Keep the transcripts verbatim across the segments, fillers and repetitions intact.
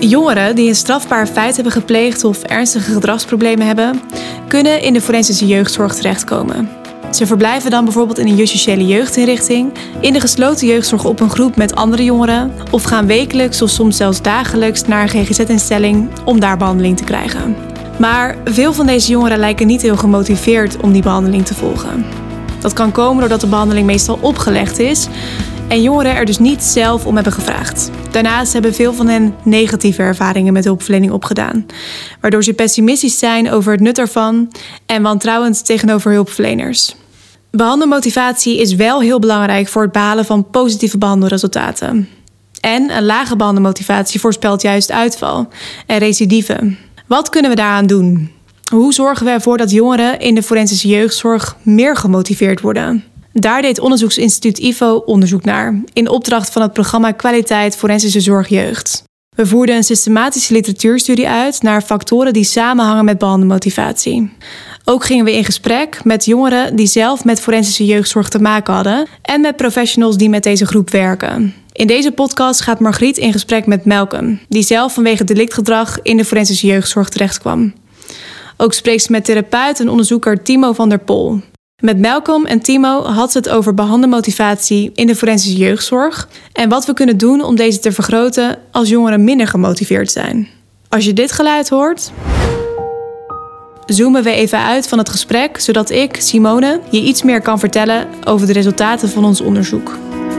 Jongeren die een strafbaar feit hebben gepleegd of ernstige gedragsproblemen hebben, kunnen in de forensische jeugdzorg terechtkomen. Ze verblijven dan bijvoorbeeld in een justitiële jeugdinrichting, in de gesloten jeugdzorg op een groep met andere jongeren, of gaan wekelijks of soms zelfs dagelijks naar een G G Z-instelling om daar behandeling te krijgen. Maar veel van deze jongeren lijken niet heel gemotiveerd om die behandeling te volgen. Dat kan komen doordat de behandeling meestal opgelegd is en jongeren er dus niet zelf om hebben gevraagd. Daarnaast hebben veel van hen negatieve ervaringen met hulpverlening opgedaan, waardoor ze pessimistisch zijn over het nut ervan en wantrouwend tegenover hulpverleners. Behandelmotivatie is wel heel belangrijk voor het behalen van positieve behandelresultaten. En een lage behandelmotivatie voorspelt juist uitval en recidive. Wat kunnen we daaraan doen? Hoe zorgen we ervoor dat jongeren in de forensische jeugdzorg meer gemotiveerd worden? Daar deed onderzoeksinstituut I V O onderzoek naar, in opdracht van het programma Kwaliteit Forensische Zorg Jeugd. We voerden een systematische literatuurstudie uit naar factoren die samenhangen met behandelmotivatie. Ook gingen we in gesprek met jongeren die zelf met forensische jeugdzorg te maken hadden en met professionals die met deze groep werken. In deze podcast gaat Margriet in gesprek met Malcolm, die zelf vanwege delictgedrag in de forensische jeugdzorg terechtkwam. Ook spreekt ze met therapeut en onderzoeker Timo van der Pol. Met Malcolm en Timo had ze het over behandelmotivatie in de forensische jeugdzorg en wat we kunnen doen om deze te vergroten als jongeren minder gemotiveerd zijn. Als je dit geluid hoort, zoomen we even uit van het gesprek, zodat ik, Simone, je iets meer kan vertellen over de resultaten van ons onderzoek.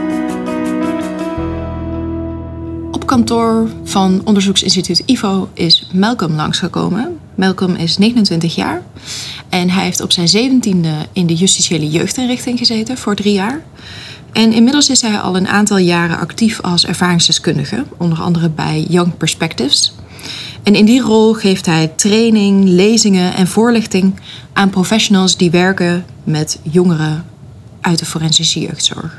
Op kantoor van onderzoeksinstituut I V O is Malcolm langsgekomen. Malcolm is negenentwintig jaar en hij heeft op zijn zeventiende in de justitiële jeugdinrichting gezeten voor drie jaar. En inmiddels is hij al een aantal jaren actief als ervaringsdeskundige, onder andere bij Young Perspectives. En in die rol geeft hij training, lezingen en voorlichting aan professionals die werken met jongeren uit de forensische jeugdzorg.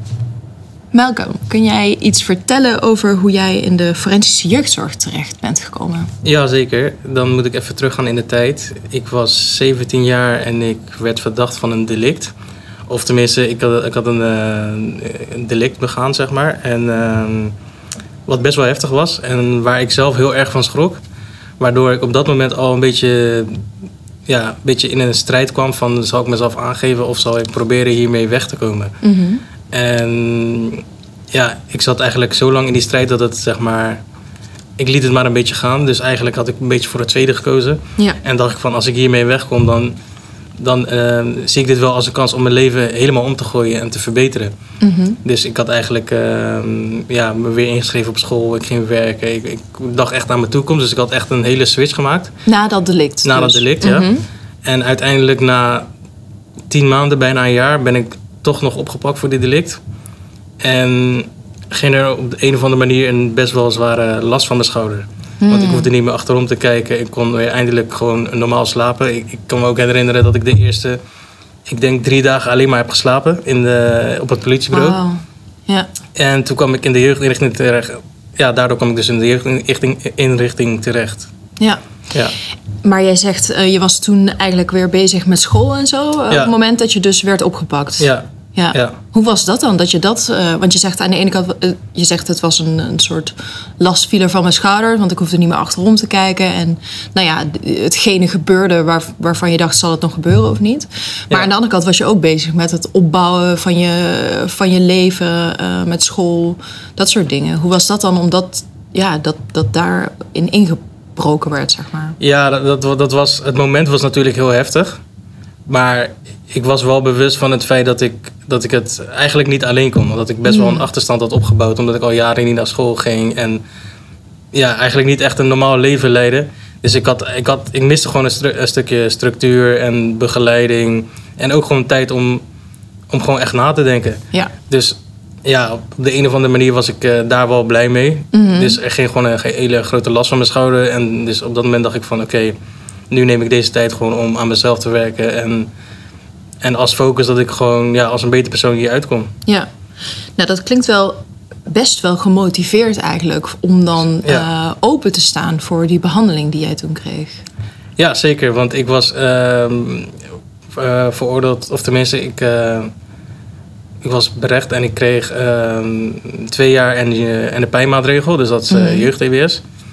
Malcolm, kun jij iets vertellen over hoe jij in de forensische jeugdzorg terecht bent gekomen? Ja, zeker. Dan moet ik even teruggaan in de tijd. Ik was zeventien jaar en ik werd verdacht van een delict. Of tenminste, ik had, ik had een, uh, een delict begaan, zeg maar. En uh, wat best wel heftig was en waar ik zelf heel erg van schrok. Waardoor ik op dat moment al een beetje, ja, een beetje in een strijd kwam van, zal ik mezelf aangeven of zal ik proberen hiermee weg te komen? Mm-hmm. En ja, ik zat eigenlijk zo lang in die strijd dat het, zeg maar, ik liet het maar een beetje gaan. Dus eigenlijk had ik een beetje voor het tweede gekozen. Ja. En dacht ik van, als ik hiermee wegkom, dan, dan uh, zie ik dit wel als een kans om mijn leven helemaal om te gooien en te verbeteren. Mm-hmm. Dus ik had eigenlijk uh, ja, me weer ingeschreven op school. Ik ging werken. Ik, ik dacht echt aan mijn toekomst. Dus ik had echt een hele switch gemaakt. Na dat delict? Na dus. dat delict, ja. Mm-hmm. En uiteindelijk na tien maanden, bijna een jaar, ben ik toch nog opgepakt voor dit delict. En ging er op de een of andere manier een best wel zware last van mijn schouder. Hmm. Want ik hoefde niet meer achterom te kijken. Ik kon weer eindelijk gewoon normaal slapen. Ik, ik kan me ook herinneren dat ik de eerste, ik denk drie dagen alleen maar heb geslapen in de, op het politiebureau. Wow. Ja. En toen kwam ik in de jeugdinrichting terecht. Ja, daardoor kwam ik dus in de jeugdinrichting inrichting terecht. Ja. Ja. Maar jij zegt, uh, je was toen eigenlijk weer bezig met school en zo. Uh, ja. Op het moment dat je dus werd opgepakt. Ja. Ja. Ja. Hoe was dat dan? Dat je dat, uh, want je zegt aan de ene kant, uh, je zegt het was een, een soort last viel er van mijn schouder, want ik hoefde niet meer achterom te kijken. En nou ja, hetgene gebeurde waar, waarvan je dacht, zal het nog gebeuren of niet? Maar ja. Aan de andere kant was je ook bezig met het opbouwen van je, van je leven, uh, met school, dat soort dingen. Hoe was dat dan om dat, ja, dat, dat daarin ingebroken werd, zeg maar? Ja, dat, dat, dat was, het moment was natuurlijk heel heftig. Maar ik was wel bewust van het feit dat ik, dat ik het eigenlijk niet alleen kon. Omdat ik best wel een achterstand had opgebouwd. Omdat ik al jaren niet naar school ging. En ja, eigenlijk niet echt een normaal leven leidde. Dus ik, had, ik, had, ik miste gewoon een, stru- een stukje structuur en begeleiding. En ook gewoon tijd om, om gewoon echt na te denken. Ja. Dus ja, op de een of andere manier was ik uh, daar wel blij mee. Mm-hmm. Dus er ging gewoon een hele grote last van mijn schouder. En dus op dat moment dacht ik van oké, okay, nu neem ik deze tijd gewoon om aan mezelf te werken. En, en als focus dat ik gewoon ja, als een betere persoon hier uitkom. Ja, nou dat klinkt wel best wel gemotiveerd eigenlijk om dan ja. uh, open te staan voor die behandeling die jij toen kreeg. Ja, zeker. Want ik was uh, uh, veroordeeld, of tenminste, ik, uh, ik was berecht en ik kreeg uh, twee jaar en, uh, en de pijnmaatregel. Dus dat is uh, mm-hmm. jeugd-T B S.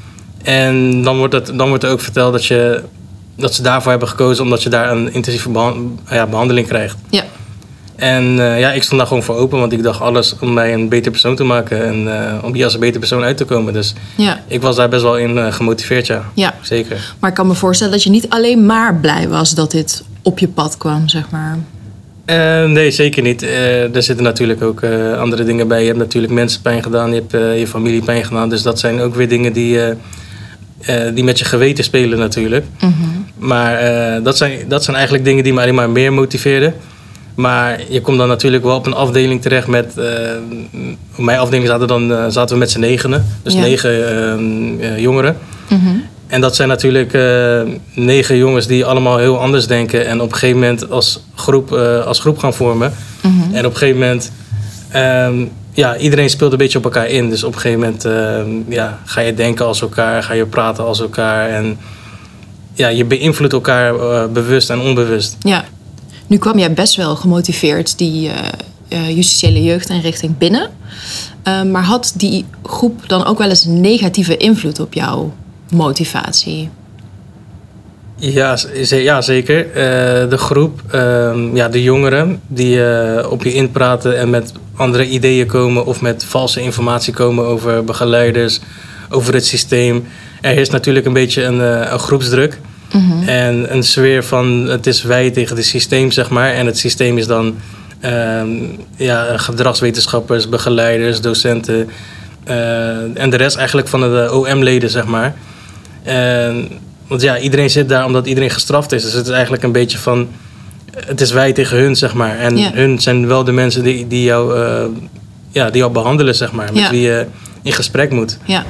En dan wordt, het, dan wordt er ook verteld dat, je, dat ze daarvoor hebben gekozen... omdat je daar een intensieve behan, ja, behandeling krijgt. Ja. En uh, ja, ik stond daar gewoon voor open, want ik dacht alles om mij een betere persoon te maken. En uh, om hier als een betere persoon uit te komen. Dus ja. ik was daar best wel in uh, gemotiveerd, ja. ja. Zeker. Maar ik kan me voorstellen dat je niet alleen maar blij was dat dit op je pad kwam, zeg maar. Uh, nee, zeker niet. Uh, er zitten natuurlijk ook uh, andere dingen bij. Je hebt natuurlijk mensen pijn gedaan, je hebt uh, je familie pijn gedaan. Dus dat zijn ook weer dingen die, uh, uh, die met je geweten spelen natuurlijk. Mm-hmm. Maar uh, dat, zijn, dat zijn eigenlijk dingen die me alleen maar meer motiveerden. Maar je komt dan natuurlijk wel op een afdeling terecht met... Uh, op mijn afdeling zaten, dan, uh, zaten we met z'n negenen. Dus ja. negen uh, uh, jongeren. Mm-hmm. En dat zijn natuurlijk uh, negen jongens die allemaal heel anders denken. En op een gegeven moment als groep, uh, als groep gaan vormen. Mm-hmm. En op een gegeven moment... Um, ja, iedereen speelt een beetje op elkaar in. Dus op een gegeven moment uh, ja, ga je denken als elkaar. Ga je praten als elkaar. En ja, je beïnvloedt elkaar uh, bewust en onbewust. Ja. Nu kwam jij best wel gemotiveerd die uh, uh, justitiële jeugdinrichting binnen. Uh, maar had die groep dan ook wel eens een negatieve invloed op jouw motivatie? Ja, ja zeker. Uh, de groep, uh, ja, de jongeren die uh, op je inpraten en met andere ideeën komen... of met valse informatie komen over begeleiders, over het systeem. Er is natuurlijk een beetje een, uh, een groepsdruk... Mm-hmm. En een sfeer van het is wij tegen het systeem, zeg maar. En het systeem is dan uh, ja, gedragswetenschappers, begeleiders, docenten. Uh, en de rest eigenlijk van de O M-leden, zeg maar. Uh, want ja, iedereen zit daar omdat iedereen gestraft is. Dus het is eigenlijk een beetje van... Het is wij tegen hun, zeg maar. En yeah. hun zijn wel de mensen die, die, jou, uh, ja, die jou behandelen, zeg maar. Met yeah. wie je in gesprek moet. Ja.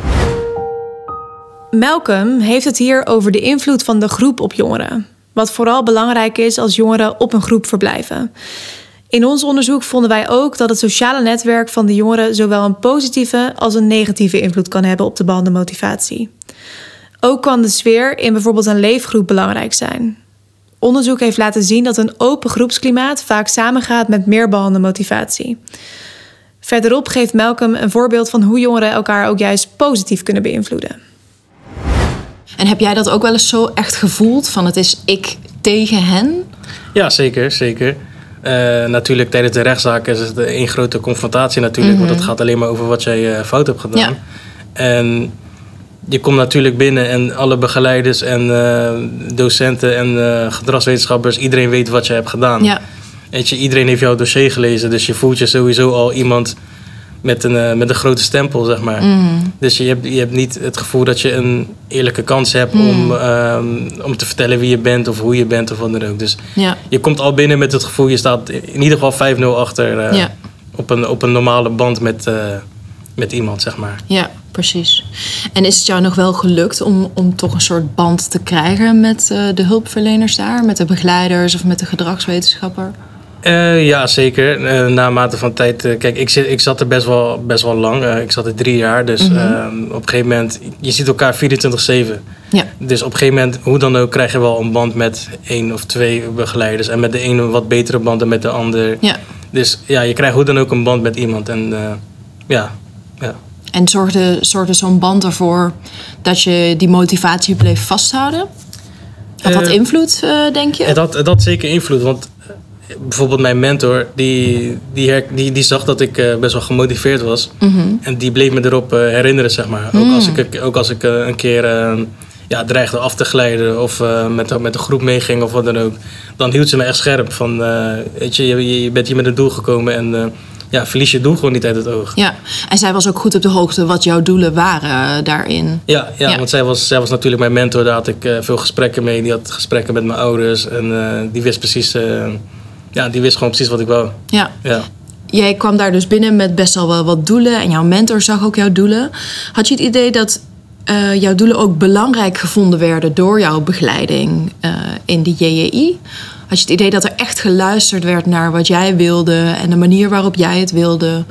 Malcolm heeft het hier over de invloed van de groep op jongeren. Wat vooral belangrijk is als jongeren op een groep verblijven. In ons onderzoek vonden wij ook dat het sociale netwerk van de jongeren... zowel een positieve als een negatieve invloed kan hebben op de bandenmotivatie. Ook kan de sfeer in bijvoorbeeld een leefgroep belangrijk zijn. Onderzoek heeft laten zien dat een open groepsklimaat... vaak samengaat met meer bandenmotivatie. Verderop geeft Malcolm een voorbeeld van hoe jongeren elkaar ook juist positief kunnen beïnvloeden. En heb jij dat ook wel eens zo echt gevoeld? Van het is ik tegen hen? Ja, zeker. zeker. Uh, natuurlijk tijdens de rechtszaak is het één grote confrontatie natuurlijk. Mm-hmm. Want het gaat alleen maar over wat jij uh, fout hebt gedaan. Ja. En je komt natuurlijk binnen en alle begeleiders en uh, docenten en uh, gedragswetenschappers... iedereen weet wat je hebt gedaan. Ja. Weet je, iedereen heeft jouw dossier gelezen. Dus je voelt je sowieso al iemand... Met een, uh, met een grote stempel, zeg maar. Mm. Dus je hebt, je hebt niet het gevoel dat je een eerlijke kans hebt... Mm. Om, um, om te vertellen wie je bent of hoe je bent of wat dan ook. Dus ja. je komt al binnen met het gevoel... je staat in ieder geval vijf nul achter uh, ja. op, een, op een normale band met, uh, met iemand, zeg maar. Ja, precies. En is het jou nog wel gelukt om, om toch een soort band te krijgen... met uh, de hulpverleners daar? Met de begeleiders of met de gedragswetenschapper? Uh, ja, zeker. Uh, naarmate van tijd... Uh, kijk, ik, zit, ik zat er best wel, best wel lang. Uh, ik zat er drie jaar. Dus mm-hmm. uh, op een gegeven moment... Je ziet elkaar vierentwintig zeven. Ja. Dus op een gegeven moment, hoe dan ook... krijg je wel een band met één of twee begeleiders. En met de ene een wat betere band dan met de ander. Ja. Dus ja, je krijgt hoe dan ook een band met iemand. En uh, ja, ja. En zorgde, zorgde zo'n band ervoor... dat je die motivatie bleef vasthouden? Had dat uh, invloed, uh, denk je? Het had, het had zeker invloed, want... Bijvoorbeeld mijn mentor, die, die, her, die, die zag dat ik uh, best wel gemotiveerd was. Mm-hmm. En die bleef me erop uh, herinneren, zeg maar. Mm. Ook als ik, ook als ik uh, een keer uh, ja, dreigde af te glijden of uh, met, met de groep meeging of wat dan ook. Dan hield ze me echt scherp. Van, uh, weet je, je, je bent hier met een doel gekomen en uh, ja, verlies je doel gewoon niet uit het oog. Ja, en zij was ook goed op de hoogte wat jouw doelen waren uh, daarin. Ja, ja, ja. want zij was, zij was natuurlijk mijn mentor. Daar had ik uh, veel gesprekken mee. Die had gesprekken met mijn ouders. En uh, die wist precies... Uh, Ja, die wist gewoon precies wat ik wou. Ja. ja. Jij kwam daar dus binnen met best wel wel wat doelen. En jouw mentor zag ook jouw doelen. Had je het idee dat uh, jouw doelen ook belangrijk gevonden werden... door jouw begeleiding uh, in de J J I? Had je het idee dat er echt geluisterd werd naar wat jij wilde... en de manier waarop jij het wilde?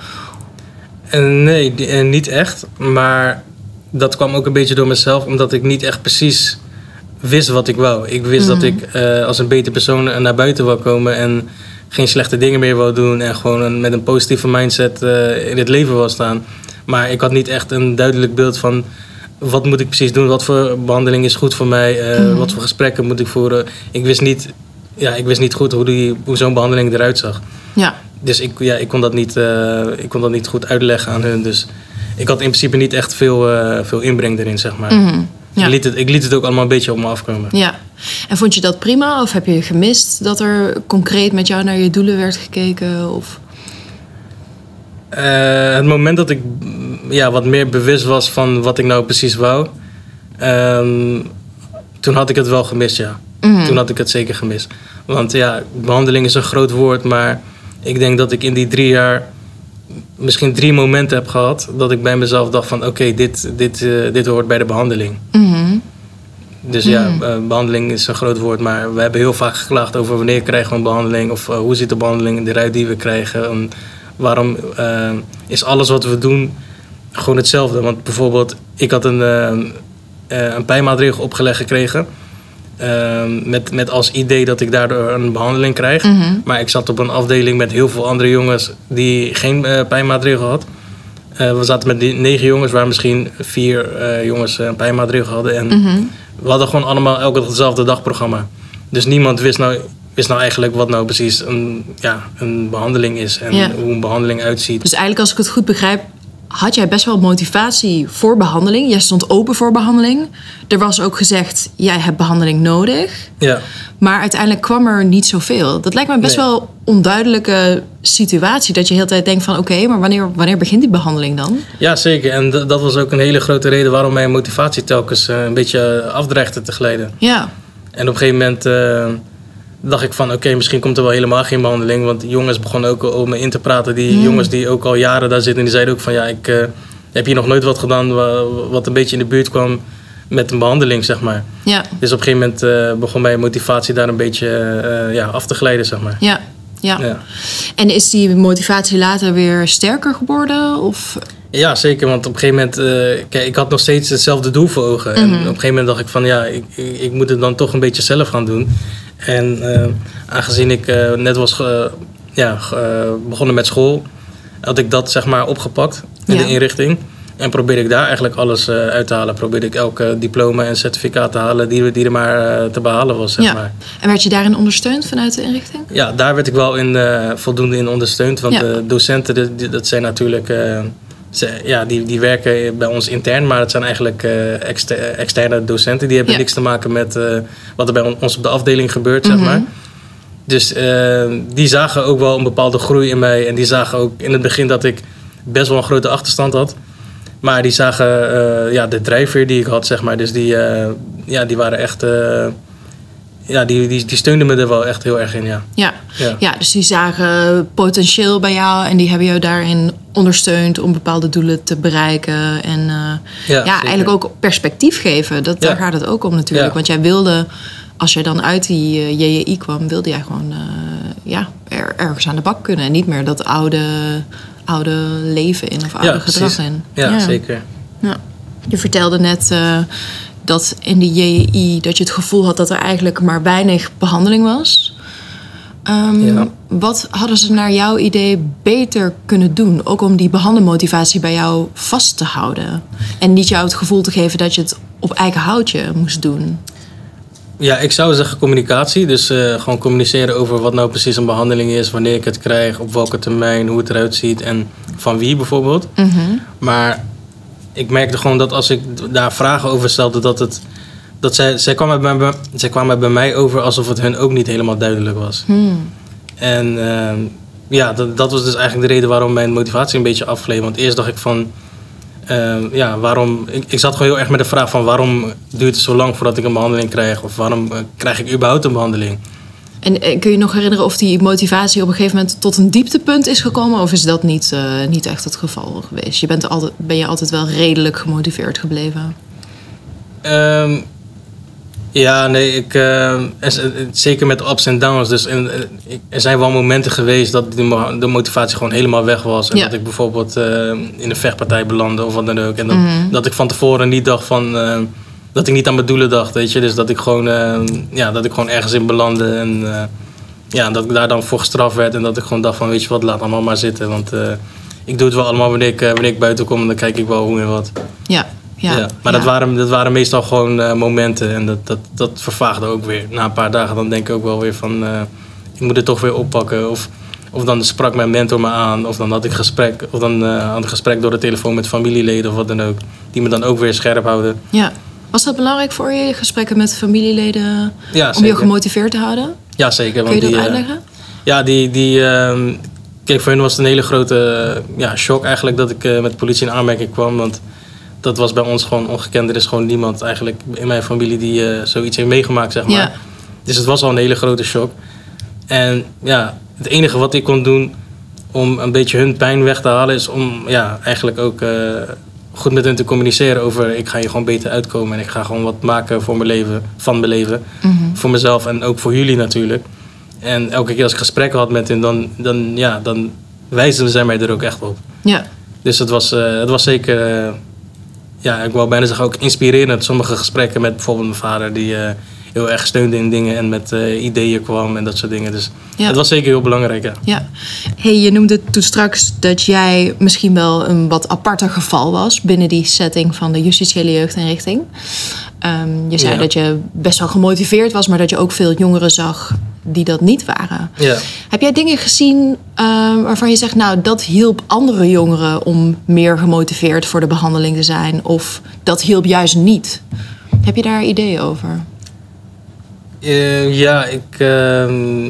Uh, nee, uh, niet echt. Maar dat kwam ook een beetje door mezelf... omdat ik niet echt precies... wist wat ik wou. Ik wist mm. dat ik uh, als een betere persoon naar buiten wou komen... en geen slechte dingen meer wou doen... en gewoon een, met een positieve mindset uh, in het leven wou staan. Maar ik had niet echt een duidelijk beeld van... wat moet ik precies doen? Wat voor behandeling is goed voor mij? Uh, mm. Wat voor gesprekken moet ik voeren? Ik wist niet, ja, ik wist niet goed hoe, die, hoe zo'n behandeling eruit zag. Ja. Dus ik, ja, ik, kon dat niet, uh, ik kon dat niet goed uitleggen aan hun. Dus ik had in principe niet echt veel, uh, veel inbreng erin, zeg maar. Mm-hmm. Ja. Ik, liet het, ik liet het ook allemaal een beetje op me afkomen. Ja. En vond je dat prima? Of heb je gemist dat er concreet met jou naar je doelen werd gekeken? Of... Uh, het moment dat ik ja, wat meer bewust was van wat ik nou precies wou... Um, toen had ik het wel gemist, ja. Mm-hmm. Toen had ik het zeker gemist. Want ja, behandeling is een groot woord, maar ik denk dat ik in die drie jaar misschien drie momenten heb gehad dat ik bij mezelf dacht van oké, okay, dit, dit, uh, dit hoort bij de behandeling. Mm-hmm. Dus ja, mm. uh, behandeling is een groot woord, maar we hebben heel vaak geklaagd over wanneer krijgen we een behandeling of uh, hoe ziet de behandeling eruit die we krijgen. En waarom uh, is alles wat we doen gewoon hetzelfde? Want bijvoorbeeld, ik had een, uh, uh, een pijnmaatregel opgelegd gekregen. Uh, met, met als idee dat ik daardoor een behandeling krijg. Mm-hmm. Maar ik zat op een afdeling met heel veel andere jongens die geen uh, pijnmaatregel had. Uh, we zaten met die negen jongens waar misschien vier uh, jongens een pijnmaatregel hadden. En mm-hmm. we hadden gewoon allemaal elke dag hetzelfde dagprogramma. Dus niemand wist nou, wist nou eigenlijk wat nou precies een, ja, een behandeling is. En ja. hoe een behandeling uitziet. Dus eigenlijk als ik het goed begrijp, had jij best wel motivatie voor behandeling. Jij stond open voor behandeling. Er was ook gezegd, jij hebt behandeling nodig. Ja. Maar uiteindelijk kwam er niet zoveel. Dat lijkt me best nee. wel onduidelijke situatie. Dat je de hele tijd denkt van oké, okay, maar wanneer, wanneer begint die behandeling dan? Ja, zeker. En d- dat was ook een hele grote reden waarom mijn motivatie telkens uh, een beetje afdreigde te glijden. Ja. En op een gegeven moment uh, dacht ik van oké, okay, misschien komt er wel helemaal geen behandeling. Want jongens begonnen ook om me in te praten. Die mm. jongens die ook al jaren daar zitten. En die zeiden ook van ja, ik uh, heb hier nog nooit wat gedaan wat een beetje in de buurt kwam met een behandeling, zeg maar. Ja. Dus op een gegeven moment uh, begon mijn motivatie daar een beetje uh, ja, af te glijden, zeg maar. Ja. Ja. ja. En is die motivatie later weer sterker geworden? Of? Ja, zeker. Want op een gegeven moment... Uh, kijk, ik had nog steeds hetzelfde doel voor ogen. Mm-hmm. En op een gegeven moment dacht ik van... ja, ik, ik, ik moet het dan toch een beetje zelf gaan doen. En uh, aangezien ik uh, net was uh, ja, uh, begonnen met school... had ik dat zeg maar opgepakt in ja. de inrichting. En probeerde ik daar eigenlijk alles uh, uit te halen. Probeerde ik elke diploma en certificaat te halen die, die er maar uh, te behalen was. Zeg ja. maar. En werd je daarin ondersteund vanuit de inrichting? Ja, daar werd ik wel in, uh, voldoende in ondersteund. Want ja. de docenten, de, die, dat zijn natuurlijk... Uh, ze, ja, die, die werken bij ons intern. Maar het zijn eigenlijk uh, exter, externe docenten. Die hebben ja. niks te maken met uh, wat er bij ons op de afdeling gebeurt, mm-hmm. zeg maar. Dus uh, die zagen ook wel een bepaalde groei in mij. En die zagen ook in het begin dat ik best wel een grote achterstand had. Maar die zagen uh, ja, de drijfveer die ik had, zeg maar. Dus die, uh, ja, die waren echt... Uh, ja, die, die, die steunden me er wel echt heel erg in, ja. Ja. Ja. ja, dus die zagen potentieel bij jou... en die hebben jou daarin ondersteund om bepaalde doelen te bereiken. En uh, ja, ja eigenlijk ook perspectief geven. Dat, ja. Daar gaat het ook om natuurlijk. Ja. Want jij wilde, als jij dan uit die uh, J J I kwam... wilde jij gewoon uh, ja, er, ergens aan de bak kunnen. En niet meer dat oude... oude leven in of oude ja, gedrag in. Ja, ja, zeker. Ja. Je vertelde net uh, dat in de J J I... dat je het gevoel had dat er eigenlijk maar weinig behandeling was. Um, ja. Wat hadden ze naar jouw idee beter kunnen doen? Ook om die behandelmotivatie bij jou vast te houden. En niet jou het gevoel te geven dat je het op eigen houtje moest doen. Ja, ik zou zeggen communicatie. Dus uh, gewoon communiceren over wat nou precies een behandeling is, wanneer ik het krijg, op welke termijn, hoe het eruit ziet en van wie bijvoorbeeld. Mm-hmm. Maar ik merkte gewoon dat als ik daar vragen over stelde, dat het dat zij, zij, kwamen bij mij, zij kwamen bij mij over alsof het hun ook niet helemaal duidelijk was. Hmm. En uh, ja, dat, dat was dus eigenlijk de reden waarom mijn motivatie een beetje afgleed. Want eerst dacht ik van, uh, ja, waarom... Ik, ik zat gewoon heel erg met de vraag van waarom duurt het zo lang voordat ik een behandeling krijg? Of waarom uh, krijg ik überhaupt een behandeling? En uh, kun je nog herinneren of die motivatie op een gegeven moment tot een dieptepunt is gekomen? Of is dat niet, uh, niet echt het geval geweest? Je bent altijd, ben je altijd wel redelijk gemotiveerd gebleven? Um, Ja, nee, ik, uh, er, zeker met ups en downs. Dus in, er zijn wel momenten geweest dat de, de motivatie gewoon helemaal weg was. En ja. dat ik bijvoorbeeld uh, in een vechtpartij belandde of wat dan ook. En dat, mm-hmm. dat ik van tevoren niet dacht van... Uh, dat ik niet aan mijn doelen dacht, weet je. Dus dat ik gewoon, uh, ja, dat ik gewoon ergens in belandde. En uh, ja, dat ik daar dan voor gestraft werd. En dat ik gewoon dacht van, weet je wat, laat allemaal maar zitten. Want uh, ik doe het wel allemaal wanneer ik, uh, wanneer ik buiten kom. En dan kijk ik wel hoe en wat. Ja. ja. ja. Maar ja. Dat, waren, dat waren meestal gewoon uh, momenten. En dat, dat, dat vervaagde ook weer. Na een paar dagen dan denk ik ook wel weer van... Uh, ik moet het toch weer oppakken. Of, of dan sprak mijn mentor me aan. Of dan had ik gesprek, of dan, uh, had ik gesprek door de telefoon met familieleden of wat dan ook. Die me dan ook weer scherp houden. Ja. Was dat belangrijk voor je, gesprekken met familieleden? Ja, om zeker. je gemotiveerd te houden? Ja, zeker. Kun je want dat die, uitleggen? Uh, ja, die... die uh, kijk, voor hen was het een hele grote uh, ja, shock eigenlijk dat ik uh, met de politie in aanmerking kwam. Want dat was bij ons gewoon ongekend. Er is gewoon niemand eigenlijk in mijn familie die uh, zoiets heeft meegemaakt, zeg maar. Ja. Dus het was al een hele grote shock. En ja, het enige wat ik kon doen om een beetje hun pijn weg te halen... is om ja, eigenlijk ook uh, goed met hen te communiceren over... ik ga hier gewoon beter uitkomen en ik ga gewoon wat maken voor mijn leven, van mijn leven. Mm-hmm. Voor mezelf en ook voor jullie natuurlijk. En elke keer als ik gesprekken had met hen, dan, dan, ja, dan wijzen zij mij er ook echt op. Ja. Dus het was, uh, het was zeker, uh, ja, ik wou bijna zeggen ook inspirerend. Sommige gesprekken met bijvoorbeeld mijn vader die uh, heel erg steunde in dingen en met uh, ideeën kwam en dat soort dingen. Dus ja. Het was zeker heel belangrijk, ja. Ja. Hey, je noemde toen straks dat jij misschien wel een wat aparter geval was binnen die setting van de justitiële jeugdinrichting. Um, je zei ja. dat je best wel gemotiveerd was, maar dat je ook veel jongeren zag die dat niet waren. Ja. Heb jij dingen gezien uh, waarvan je zegt, nou, dat hielp andere jongeren om meer gemotiveerd voor de behandeling te zijn? Of dat hielp juist niet? Heb je daar ideeën over? Uh, ja, ik, uh,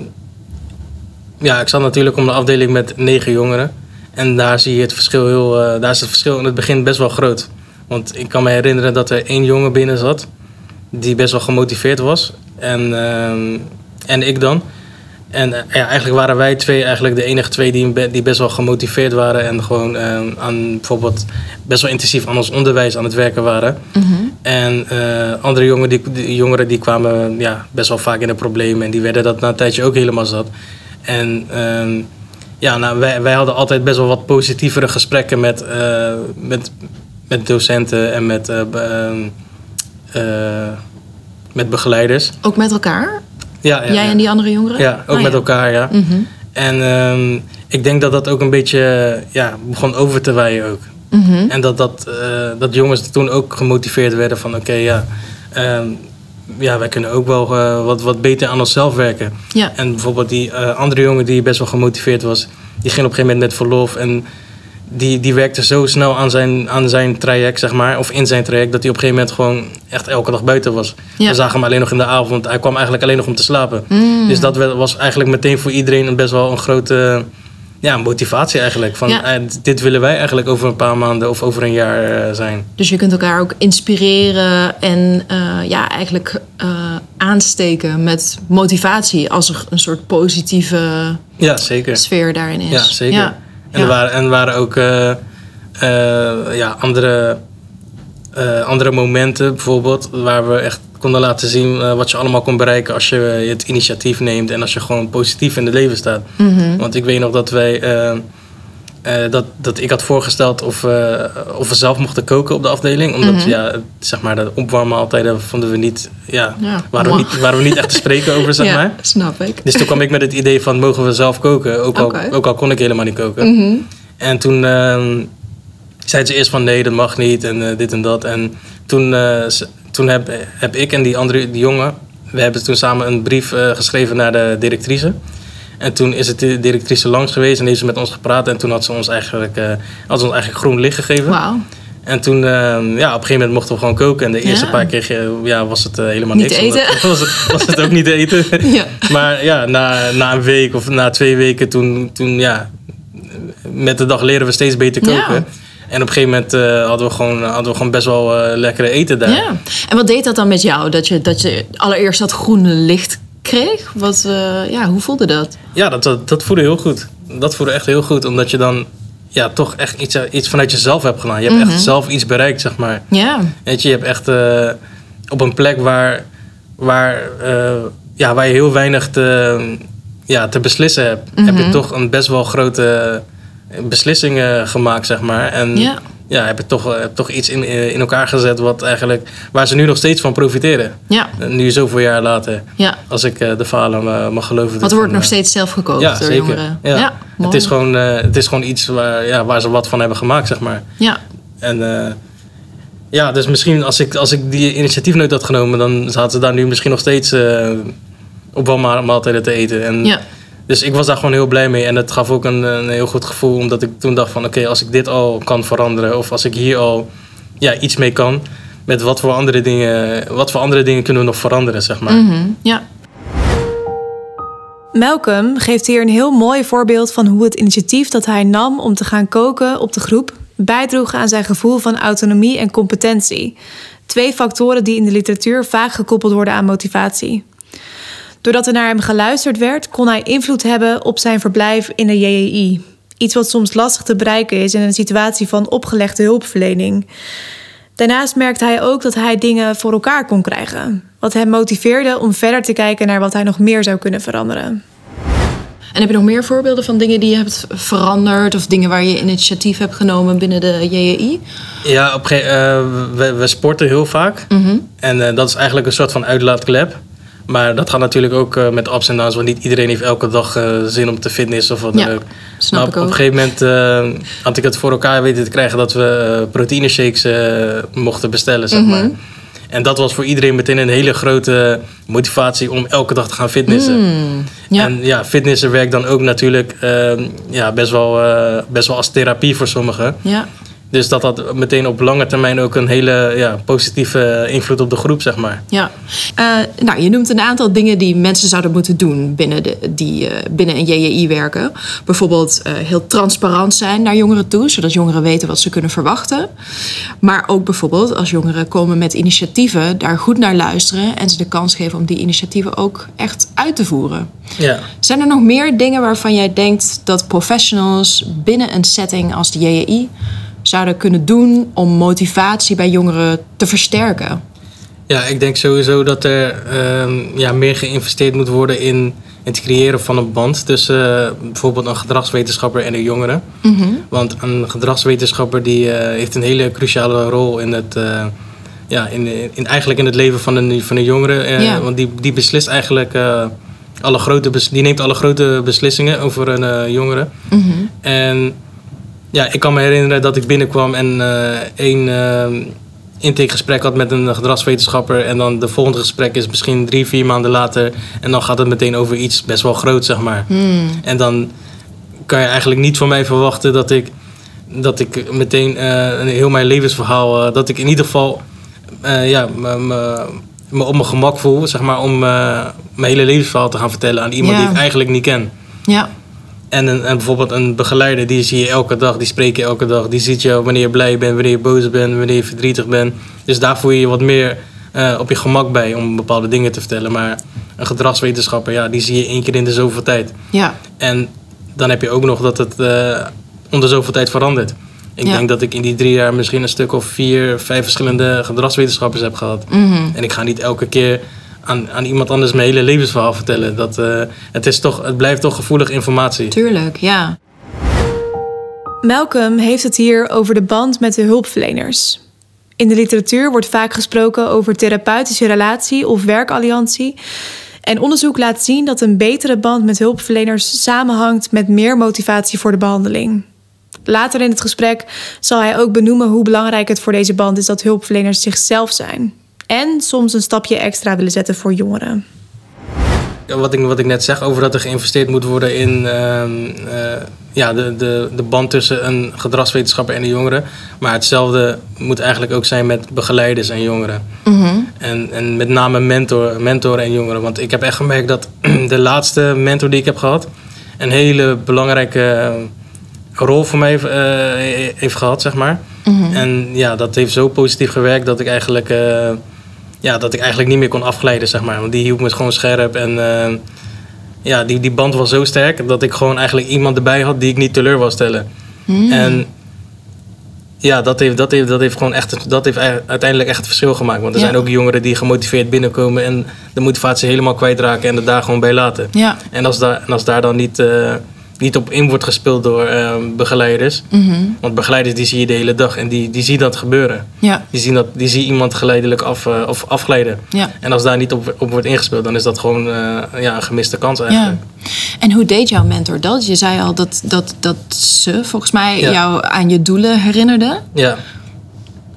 ja, ik zat natuurlijk om de afdeling met negen jongeren. En daar zie je het verschil heel, uh, daar is het verschil in het begin best wel groot. Want ik kan me herinneren dat er één jongen binnen zat die best wel gemotiveerd was. En, uh, en ik dan. En uh, ja, eigenlijk waren wij twee eigenlijk de enige twee die, die best wel gemotiveerd waren. En gewoon uh, aan bijvoorbeeld best wel intensief aan ons onderwijs aan het werken waren. Mm-hmm. En uh, andere jongeren die, die, jongeren die kwamen ja, best wel vaak in de problemen. En die werden dat na een tijdje ook helemaal zat. En uh, ja, nou, wij, wij hadden altijd best wel wat positievere gesprekken met, uh, met, met docenten en met, uh, uh, uh, met begeleiders. Ook met elkaar? Ja, ja, Jij ja. en die andere jongeren? Ja, ook oh, met ja. elkaar, ja. Mm-hmm. En um, ik denk dat dat ook een beetje ja, begon over te waaien ook. Mm-hmm. En dat, dat, uh, dat jongens toen ook gemotiveerd werden van oké, okay, ja, um, ja, wij kunnen ook wel uh, wat, wat beter aan onszelf werken. Ja. En bijvoorbeeld die uh, andere jongen die best wel gemotiveerd was, die ging op een gegeven moment met verlof en die, die werkte zo snel aan zijn, aan zijn traject, zeg maar, of in zijn traject, dat hij op een gegeven moment gewoon echt elke dag buiten was. Ja. We zagen hem alleen nog in de avond. Hij kwam eigenlijk alleen nog om te slapen. Mm. Dus dat was eigenlijk meteen voor iedereen een best wel een grote ja, motivatie eigenlijk. Van, Ja. eh, dit willen wij eigenlijk over een paar maanden of over een jaar uh, zijn. Dus je kunt elkaar ook inspireren en uh, ja, eigenlijk uh, aansteken met motivatie als er een soort positieve Ja, zeker. sfeer daarin is. Ja, zeker. Ja. En, Ja. er waren, en er waren ook uh, uh, ja, andere, uh, andere momenten bijvoorbeeld waar we echt konden laten zien uh, wat je allemaal kon bereiken als je het initiatief neemt en als je gewoon positief in het leven staat. Mm-hmm. Want ik weet nog dat wij uh, uh, dat, dat ik had voorgesteld of, uh, of we zelf mochten koken op de afdeling. Omdat Mm-hmm. ja, zeg maar, de opwarmmaaltijden vonden we niet, ja, Ja. waren, we niet, waren we niet echt te spreken over, zeg Ja, maar. snap ik. Dus toen kwam ik met het idee van mogen we zelf koken, ook al, Oké. ook al kon ik helemaal niet koken. Mm-hmm. En toen uh, zei ze eerst van nee, dat mag niet en uh, dit en dat. En toen, uh, toen heb, heb ik en die andere die jongen, we hebben toen samen een brief uh, geschreven naar de directrice. En toen is het de directrice langs geweest en heeft ze met ons gepraat. En toen had ze ons eigenlijk, uh, had ze ons eigenlijk groen licht gegeven. Wauw. En toen, uh, ja, op een gegeven moment mochten we gewoon koken. En de eerste Ja. paar keer ja, was het uh, helemaal Niet niks. eten. Omdat- Was het, was het ook niet eten. Ja. Maar ja, na, na een week of na twee weken toen, toen ja, met de dag leren we steeds beter koken. Ja. En op een gegeven moment uh, hadden, we gewoon, hadden we gewoon best wel uh, lekkere eten daar. Ja. En wat deed dat dan met jou? Dat je, dat je allereerst dat groene licht kreeg? Wat, uh, ja, hoe voelde dat? Ja, dat, dat, dat voelde heel goed. Dat voelde echt heel goed, omdat je dan ja, toch echt iets, iets vanuit jezelf hebt gedaan. Je hebt Mm-hmm. echt zelf iets bereikt, zeg maar. Ja. Weet je, je hebt echt uh, op een plek waar, waar, uh, ja, waar je heel weinig te, ja, te beslissen hebt, Mm-hmm. heb je toch een best wel grote beslissingen gemaakt, zeg maar. En Ja. ja, heb je toch, heb toch iets in, in elkaar gezet wat eigenlijk, waar ze nu nog steeds van profiteren. Ja. Nu zoveel jaar later, Ja. als ik uh, de verhalen uh, mag geloven. Want er wordt van, nog uh, steeds zelf gekookt ja, door zeker. jongeren. Ja. Ja, mooi. het, is gewoon, uh, het is gewoon iets waar, ja, waar ze wat van hebben gemaakt, zeg maar. Ja. En uh, Ja, dus misschien als ik, als ik die initiatief nooit had genomen, dan zaten ze daar nu misschien nog steeds uh, op wel ma- maaltijden te eten. En Ja. Dus ik was daar gewoon heel blij mee. En het gaf ook een, een heel goed gevoel, omdat ik toen dacht van oké, okay, als ik dit al kan veranderen, of als ik hier al ja, iets mee kan, met wat voor andere dingen, wat voor andere dingen kunnen we nog veranderen, zeg maar. Mm-hmm. Ja. Malcolm geeft hier een heel mooi voorbeeld van hoe het initiatief dat hij nam om te gaan koken op de groep bijdroeg aan zijn gevoel van autonomie en competentie. Twee factoren die in de literatuur vaak gekoppeld worden aan motivatie. Doordat er naar hem geluisterd werd, kon hij invloed hebben op zijn verblijf in de J E I. Iets wat soms lastig te bereiken is in een situatie van opgelegde hulpverlening. Daarnaast merkte hij ook dat hij dingen voor elkaar kon krijgen, wat hem motiveerde om verder te kijken naar wat hij nog meer zou kunnen veranderen. En heb je nog meer voorbeelden van dingen die je hebt veranderd of dingen waar je initiatief hebt genomen binnen de J E I? Ja, op ge- uh, we, we sporten heel vaak. Mm-hmm. En uh, dat is eigenlijk een soort van uitlaatklep. Maar dat gaat natuurlijk ook uh, met ups en downs, want niet iedereen heeft elke dag uh, zin om te fitnessen of wat dan Ja, ook. snap Maar ik op, op ook. een gegeven moment uh, had ik het voor elkaar weten te krijgen dat we uh, proteïne shakes uh, mochten bestellen, zeg Mm-hmm. maar. En dat was voor iedereen meteen een hele grote motivatie om elke dag te gaan fitnessen. Mm, ja. En ja, fitnessen werkt dan ook natuurlijk uh, ja, best, wel, uh, best wel als therapie voor sommigen. Ja. Dus dat had meteen op lange termijn ook een hele ja, positieve invloed op de groep, zeg maar. Ja. Uh, nou, je noemt een aantal dingen die mensen zouden moeten doen binnen, de, die uh, binnen een J E I werken. Bijvoorbeeld uh, heel transparant zijn naar jongeren toe, zodat jongeren weten wat ze kunnen verwachten. Maar ook bijvoorbeeld als jongeren komen met initiatieven, daar goed naar luisteren en ze de kans geven om die initiatieven ook echt uit te voeren. Ja. Zijn er nog meer dingen waarvan jij denkt dat professionals binnen een setting als de J E I zouden kunnen doen om motivatie bij jongeren te versterken? Ja, ik denk sowieso dat er uh, ja, meer geïnvesteerd moet worden in het creëren van een band tussen uh, bijvoorbeeld een gedragswetenschapper en een jongere. Mm-hmm. Want een gedragswetenschapper die, uh, heeft een hele cruciale rol in het, uh, ja, in, in, eigenlijk in het leven van een, van een jongere. Uh, Ja. Want die, die beslist eigenlijk uh, alle grote bes- die neemt alle grote beslissingen over een uh, jongere. Mm-hmm. En ja, ik kan me herinneren dat ik binnenkwam en uh, één uh, intakegesprek had met een gedragswetenschapper. En dan de volgende gesprek is misschien drie, vier maanden later. En dan gaat het meteen over iets best wel groot, zeg maar. Mm. En dan kan je eigenlijk niet van mij verwachten dat ik, dat ik meteen uh, heel mijn levensverhaal, uh, dat ik in ieder geval uh, ja, me, me, me op mijn gemak voel, zeg maar, om uh, mijn hele levensverhaal te gaan vertellen aan iemand Ja. die ik eigenlijk niet ken. Ja. En, een, en bijvoorbeeld een begeleider, die zie je elke dag, die spreek je elke dag. Die ziet jou wanneer je blij bent, wanneer je boos bent, wanneer je verdrietig bent. Dus daar voel je je wat meer uh, op je gemak bij om bepaalde dingen te vertellen. Maar een gedragswetenschapper, ja, die zie je één keer in de zoveel tijd. Ja. En dan heb je ook nog dat het uh, om de zoveel tijd verandert. Ik Ja. denk dat ik in die drie jaar misschien een stuk of vier, vijf verschillende gedragswetenschappers heb gehad. Mm-hmm. En ik ga niet elke keer aan, aan iemand anders mijn hele levensverhaal vertellen. Dat, uh, het, is toch, het blijft toch gevoelige informatie. Tuurlijk, ja. Malcolm heeft het hier over de band met de hulpverleners. In de literatuur wordt vaak gesproken over therapeutische relatie of werkalliantie. En onderzoek laat zien dat een betere band met hulpverleners samenhangt met meer motivatie voor de behandeling. Later in het gesprek zal hij ook benoemen hoe belangrijk het voor deze band is dat hulpverleners zichzelf zijn. En soms een stapje extra willen zetten voor jongeren. Wat ik, wat ik net zeg over dat er geïnvesteerd moet worden in uh, uh, ja, de, de, de band tussen een gedragswetenschapper en een jongere. Maar hetzelfde moet eigenlijk ook zijn met begeleiders en jongeren. Mm-hmm. En, en met name mentor, mentoren en jongeren. Want ik heb echt gemerkt dat de laatste mentor die ik heb gehad een hele belangrijke rol voor mij heeft, uh, heeft gehad, zeg maar. Mm-hmm. En ja, dat heeft zo positief gewerkt dat ik eigenlijk... Uh, Ja, dat ik eigenlijk niet meer kon afglijden, zeg maar. Want die hield me gewoon scherp. En uh, ja, die, die band was zo sterk dat ik gewoon eigenlijk iemand erbij had die ik niet teleur wou stellen. Mm. En ja, dat heeft, dat heeft, dat heeft gewoon echt, dat heeft uiteindelijk echt het verschil gemaakt. Want er Ja. zijn ook jongeren die gemotiveerd binnenkomen en de motivatie helemaal kwijtraken en het daar gewoon bij laten. Ja. En als daar, en als daar dan niet, uh, niet op in wordt gespeeld door uh, begeleiders. Mm-hmm. Want begeleiders die zie je de hele dag en die, die zien dat gebeuren. Ja. Die zien, dat, die zien iemand geleidelijk af, uh, of afglijden. Ja. En als daar niet op, op wordt ingespeeld, dan is dat gewoon uh, ja, een gemiste kans eigenlijk. Ja. En hoe deed jouw mentor dat? Je zei al dat, dat, dat ze volgens mij Ja. jou aan je doelen herinnerde. Ja.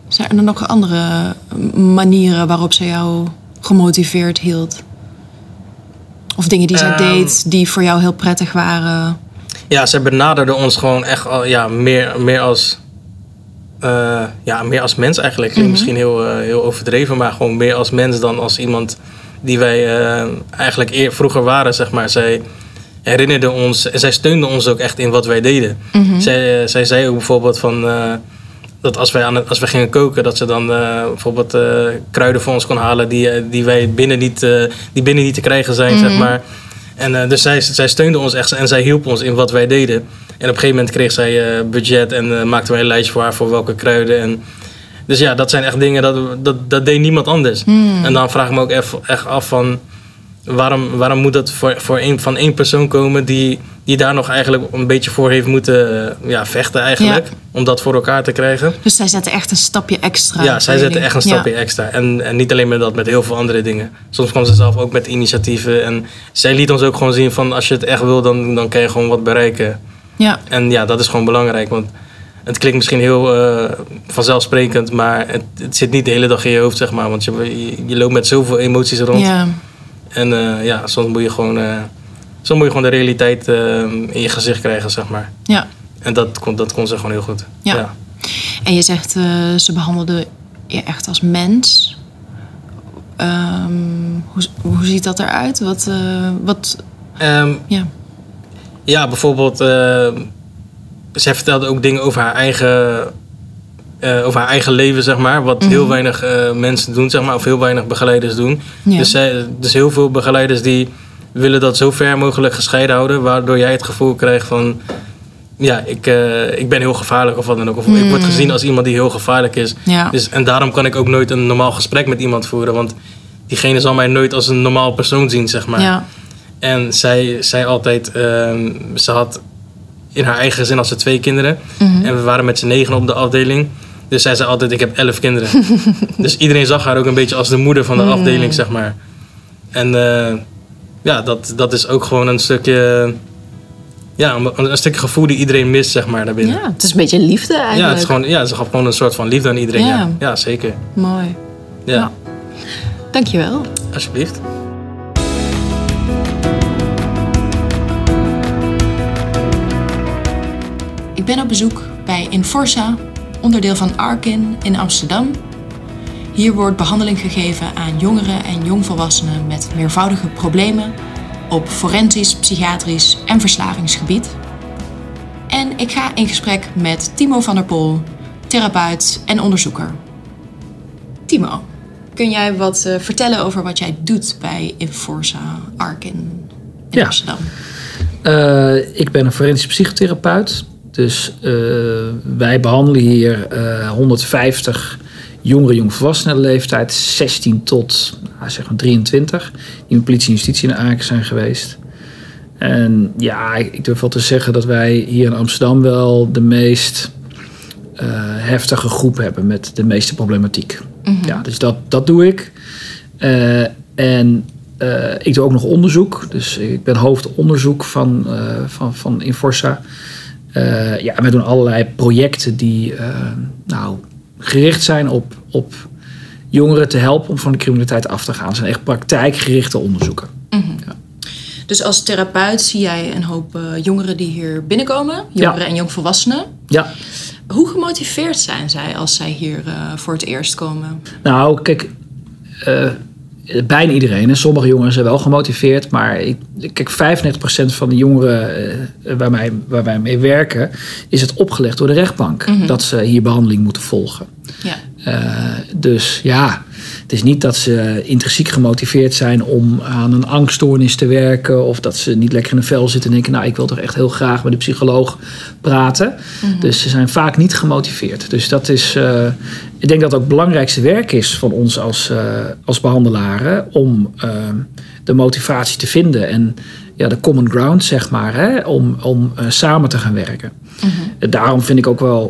Zijn er nog andere manieren waarop ze jou gemotiveerd hield? Of dingen die zij um, deed die voor jou heel prettig waren? Ja, ze benaderde ons gewoon echt al, ja, meer, meer, als, uh, ja, meer als mens eigenlijk. Mm-hmm. Misschien heel, uh, heel overdreven, maar gewoon meer als mens dan als iemand die wij uh, eigenlijk eer, vroeger waren, zeg maar. Zij herinnerde ons en zij steunde ons ook echt in wat wij deden. Mm-hmm. Zij, uh, zij zei ook bijvoorbeeld van... Uh, dat als wij, aan het, als wij gingen koken, dat ze dan uh, bijvoorbeeld uh, kruiden voor ons kon halen die, uh, die wij binnen niet, uh, die binnen niet te krijgen zijn, mm-hmm. zeg maar. En uh, dus zij, zij steunde ons echt en zij hielp ons in wat wij deden. En op een gegeven moment kreeg zij uh, budget en uh, maakten wij een lijstje voor haar voor welke kruiden. En dus ja, dat zijn echt dingen, dat, dat, dat deed niemand anders. Mm. En dan vraag ik me ook echt, echt af van... Waarom, waarom moet dat voor, voor een, van één persoon komen die, die daar nog eigenlijk een beetje voor heeft moeten uh, ja, vechten eigenlijk. Ja. Om dat voor elkaar te krijgen. Dus zij zette echt een stapje extra. Ja, zij zette echt een stapje ja. extra. En, en niet alleen met dat, met heel veel andere dingen. Soms kwam ze zelf ook met initiatieven. En zij liet ons ook gewoon zien van als je het echt wil, dan, dan kan je gewoon wat bereiken. Ja. En ja, dat is gewoon belangrijk. Want het klinkt misschien heel uh, vanzelfsprekend, maar het, het zit niet de hele dag in je hoofd, zeg maar. Want je, je, je loopt met zoveel emoties rond. Ja. En uh, ja, soms moet je gewoon, uh, soms moet je gewoon de realiteit uh, in je gezicht krijgen, zeg maar. Ja. En dat kon, dat kon ze gewoon heel goed. Ja. ja. En je zegt, uh, ze behandelde je echt als mens. Um, hoe, hoe ziet dat eruit? Wat, uh, wat, um, ja. ja, bijvoorbeeld, uh, zij vertelde ook dingen over haar eigen... Uh, over haar eigen leven, zeg maar. Wat mm-hmm. heel weinig uh, mensen doen, zeg maar. Of heel weinig begeleiders doen. Ja. Dus, zij, dus heel veel begeleiders die willen dat zo ver mogelijk gescheiden houden. Waardoor jij het gevoel krijgt van... Ja, ik, uh, ik ben heel gevaarlijk of wat dan ook. Of mm. ik word gezien als iemand die heel gevaarlijk is. Ja. Dus, en daarom kan ik ook nooit een normaal gesprek met iemand voeren. Want diegene zal mij nooit als een normaal persoon zien, zeg maar. Ja. En zij zei altijd... Uh, ze had in haar eigen gezin als ze twee kinderen. Mm-hmm. En we waren met z'n negen op de afdeling. Dus zij zei altijd, ik heb elf kinderen. Dus iedereen zag haar ook een beetje als de moeder van de mm. afdeling, zeg maar. En uh, ja, dat, dat is ook gewoon een stukje... Ja, een, een stukje gevoel die iedereen mist, zeg maar, daarbinnen. Ja, het is een beetje liefde eigenlijk. Ja, het is gewoon, ja, ze gaf gewoon een soort van liefde aan iedereen. Ja, ja. ja zeker. Mooi. Ja. ja. Dankjewel. Alsjeblieft. Ik ben op bezoek bij Inforsa, onderdeel van Arkin in Amsterdam. Hier wordt behandeling gegeven aan jongeren en jongvolwassenen met meervoudige problemen op forensisch, psychiatrisch en verslavingsgebied. En ik ga in gesprek met Timo van der Pol, therapeut en onderzoeker. Timo, kun jij wat uh, vertellen over wat jij doet bij Inforsa Arkin in ja. Amsterdam? Uh, ik ben een forensisch psychotherapeut. Dus uh, wij behandelen hier uh, honderdvijftig jongeren, jongvolwassenen leeftijd, zestien tot nou, zeg maar drieëntwintig, die met politie en justitie in de Aken zijn geweest. En ja, ik, ik durf wel te zeggen dat wij hier in Amsterdam wel de meest uh, heftige groep hebben met de meeste problematiek. Mm-hmm. Ja, dus dat, dat doe ik. Uh, en uh, ik doe ook nog onderzoek. Dus ik ben hoofdonderzoek van, uh, van, van Inforsa. Uh, ja, wij doen allerlei projecten die uh, nou, gericht zijn op, op jongeren te helpen om van de criminaliteit af te gaan. Het zijn echt praktijkgerichte onderzoeken. Mm-hmm. Ja. Dus als therapeut zie jij een hoop uh, jongeren die hier binnenkomen. Jongeren ja. en jongvolwassenen. Ja. Hoe gemotiveerd zijn zij als zij hier uh, voor het eerst komen? Nou, kijk... Uh, Bijna iedereen. En sommige jongeren zijn wel gemotiveerd. Maar ik, kijk, vijfennegentig procent van de jongeren uh, waar, wij, waar wij mee werken... is het opgelegd door de rechtbank. Mm-hmm. Dat ze hier behandeling moeten volgen. Ja. Uh, dus ja, het is niet dat ze intrinsiek gemotiveerd zijn... om aan een angststoornis te werken... of dat ze niet lekker in een vel zitten en denken... nou, ik wil toch echt heel graag met de psycholoog praten. Mm-hmm. Dus ze zijn vaak niet gemotiveerd. Dus dat is... Uh, ik denk dat het ook het belangrijkste werk is van ons als, uh, als behandelaren... om uh, de motivatie te vinden en ja, de common ground, zeg maar... Hè, om, om uh, samen te gaan werken. Mm-hmm. Uh, daarom vind ik ook wel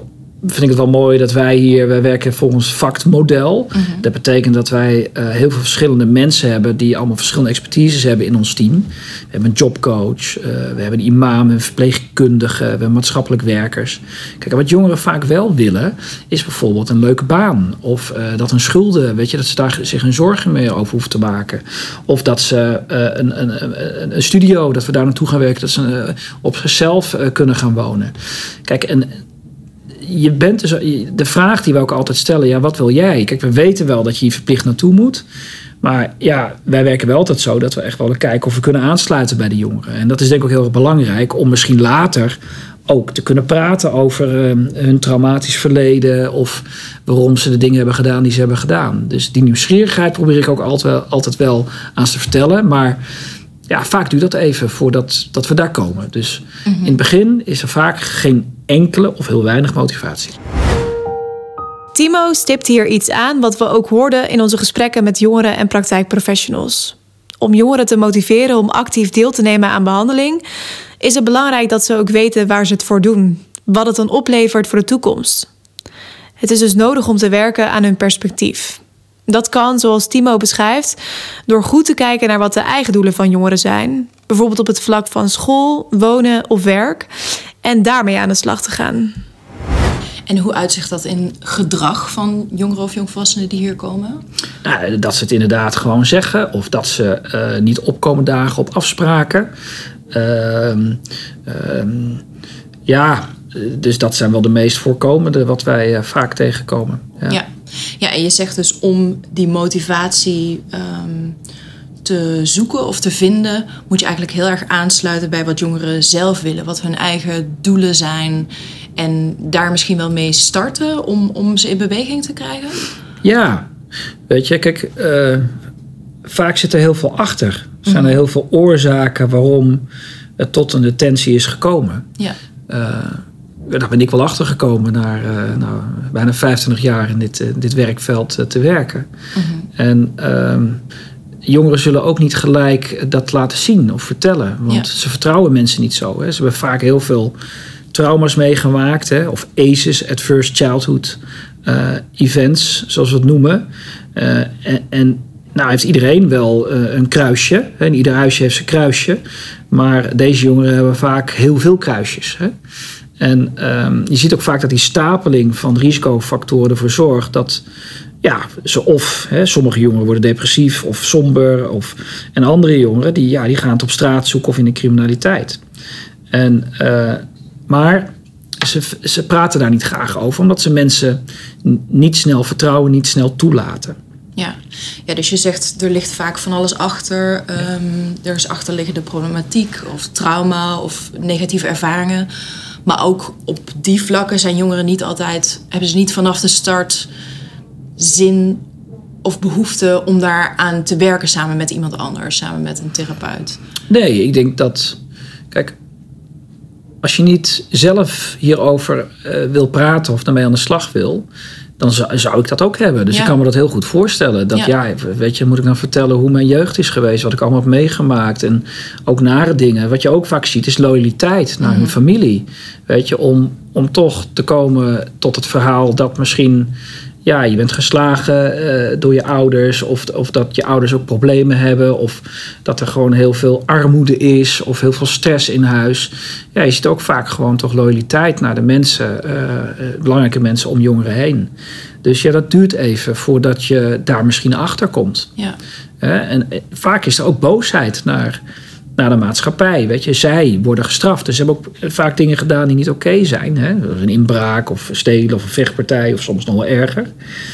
vind ik het wel mooi dat wij hier, wij werken volgens V A C T-model. Mm-hmm. Dat betekent dat wij uh, heel veel verschillende mensen hebben die allemaal verschillende expertises hebben in ons team. We hebben een jobcoach, uh, we hebben een imam, een verpleegkundige, we hebben maatschappelijk werkers. Kijk, wat jongeren vaak wel willen, is bijvoorbeeld een leuke baan. Of uh, dat hun schulden, weet je, dat ze daar zich hun zorgen mee over hoeven te maken. Of dat ze uh, een, een, een, een studio, dat we daar naartoe gaan werken, dat ze uh, op zichzelf uh, kunnen gaan wonen. Kijk, en je bent dus, de vraag die we ook altijd stellen, ja, wat wil jij? Kijk, we weten wel dat je hier verplicht naartoe moet. Maar ja, wij werken wel altijd zo dat we echt wel kijken of we kunnen aansluiten bij de jongeren. En dat is denk ik ook heel erg belangrijk om misschien later ook te kunnen praten over uh, hun traumatisch verleden of waarom ze de dingen hebben gedaan die ze hebben gedaan. Dus die nieuwsgierigheid probeer ik ook altijd wel, altijd wel aan ze te vertellen. Maar ja, vaak duurt dat even voordat dat we daar komen. Dus mm-hmm. in het begin is er vaak geen enkele of heel weinig motivatie. Timo stipt hier iets aan wat we ook hoorden in onze gesprekken met jongeren en praktijkprofessionals. Om jongeren te motiveren om actief deel te nemen aan behandeling, is het belangrijk dat ze ook weten waar ze het voor doen. Wat het dan oplevert voor de toekomst. Het is dus nodig om te werken aan hun perspectief. Dat kan, zoals Timo beschrijft, door goed te kijken naar wat de eigen doelen van jongeren zijn. Bijvoorbeeld op het vlak van school, wonen of werk. En daarmee aan de slag te gaan. En hoe uitzicht dat in gedrag van jongeren of jongvolwassenen die hier komen? Nou, dat ze het inderdaad gewoon zeggen. Of dat ze uh, niet opkomen dagen op afspraken. Uh, uh, ja, dus dat zijn wel de meest voorkomende wat wij uh, vaak tegenkomen. Ja. Ja. Ja, en je zegt dus om die motivatie um, te zoeken of te vinden, moet je eigenlijk heel erg aansluiten bij wat jongeren zelf willen. Wat hun eigen doelen zijn. En daar misschien wel mee starten om, om ze in beweging te krijgen? Ja, weet je, kijk, uh, vaak zit er heel veel achter. Er zijn mm-hmm. er heel veel oorzaken waarom het tot een detentie is gekomen. Ja. Uh, daar ben ik wel achter gekomen na uh, nou, bijna vijfentwintig jaar in dit, uh, dit werkveld uh, te werken. Mm-hmm. En uh, jongeren zullen ook niet gelijk dat laten zien of vertellen. Want ja. ze vertrouwen mensen niet zo. Hè. Ze hebben vaak heel veel trauma's meegemaakt. Hè, of A C Es, Adverse Childhood uh, Events, zoals we het noemen. Uh, en, en nou heeft iedereen wel uh, een kruisje. Hè, en ieder huisje heeft zijn kruisje. Maar deze jongeren hebben vaak heel veel kruisjes. Hè. En um, je ziet ook vaak dat die stapeling van risicofactoren ervoor zorgt dat ja, ze of hè, sommige jongeren worden depressief of somber. Of, en andere jongeren die, ja, die gaan het op straat zoeken of in de criminaliteit. En, uh, maar ze, ze praten daar niet graag over, omdat ze mensen niet snel vertrouwen, niet snel toelaten. Ja. ja, dus je zegt er ligt vaak van alles achter. Um, er is achterliggende problematiek of trauma of negatieve ervaringen. Maar ook op die vlakken zijn jongeren niet altijd, hebben ze niet vanaf de start zin of behoefte om daar aan te werken samen met iemand anders, samen met een therapeut. Nee, ik denk dat, kijk, als je niet zelf hierover uh, wil praten of daarmee aan de slag wil, dan zou, zou ik dat ook hebben. Dus ja. ik kan me dat heel goed voorstellen. Dat ja. ja, weet je, moet ik nou vertellen hoe mijn jeugd is geweest, wat ik allemaal heb meegemaakt en ook nare dingen. Wat je ook vaak ziet is loyaliteit naar mm-hmm. hun familie. Weet je, om, om toch te komen tot het verhaal dat misschien ja, je bent geslagen uh, door je ouders, of, of dat je ouders ook problemen hebben, of dat er gewoon heel veel armoede is, of heel veel stress in huis. Ja, je ziet ook vaak gewoon toch loyaliteit naar de mensen, uh, belangrijke mensen om jongeren heen. Dus ja, dat duurt even voordat je daar misschien achter komt. Ja. Uh, en uh, vaak is er ook boosheid naar, naar de maatschappij. Weet je, zij worden gestraft. Dus ze hebben ook vaak dingen gedaan die niet oké okay zijn. Hè? Een inbraak of stelen of een vechtpartij of soms nog wel erger.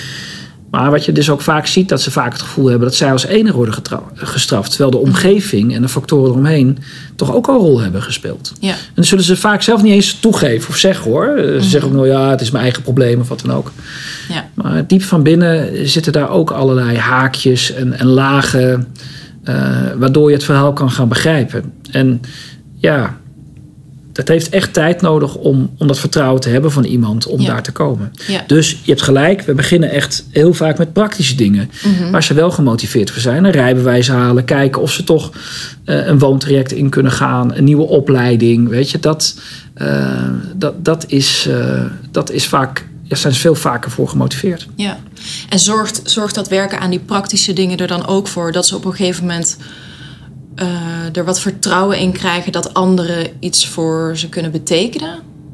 Maar wat je dus ook vaak ziet, dat ze vaak het gevoel hebben dat zij als enige worden getra- gestraft. Terwijl de omgeving en de factoren eromheen toch ook een rol hebben gespeeld. Ja. En dat zullen ze vaak zelf niet eens toegeven of zeggen hoor. Ze mm-hmm. zeggen ook nou ja, het is mijn eigen probleem of wat dan ook. Ja. Maar diep van binnen zitten daar ook allerlei haakjes en, en lagen, Uh, waardoor je het verhaal kan gaan begrijpen. En ja, dat heeft echt tijd nodig om, om dat vertrouwen te hebben van iemand om ja. daar te komen. Ja. Dus je hebt gelijk, we beginnen echt heel vaak met praktische dingen. Mm-hmm. Waar ze wel gemotiveerd voor zijn. Een rijbewijs halen, kijken of ze toch uh, een woontraject in kunnen gaan. Een nieuwe opleiding, weet je. Dat, uh, dat, dat, is, uh, dat is vaak ja, zijn ze veel vaker voor gemotiveerd. Ja, en zorgt, zorgt dat werken aan die praktische dingen er dan ook voor dat ze op een gegeven moment uh, er wat vertrouwen in krijgen dat anderen iets voor ze kunnen betekenen?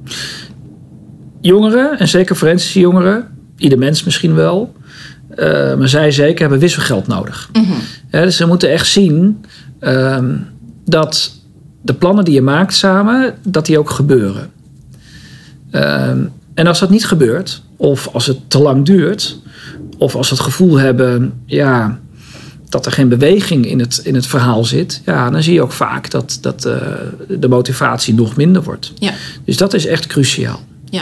Jongeren, en zeker forensische jongeren, ieder mens misschien wel, uh, maar zij zeker hebben wisselgeld nodig. Mm-hmm. Ja, dus ze moeten echt zien uh, dat de plannen die je maakt samen, dat die ook gebeuren. Uh, en als dat niet gebeurt, of als het te lang duurt, of als ze het gevoel hebben, ja, dat er geen beweging in het, in het verhaal zit, ja, dan zie je ook vaak dat, dat uh, de motivatie nog minder wordt. Ja. Dus dat is echt cruciaal. Ja.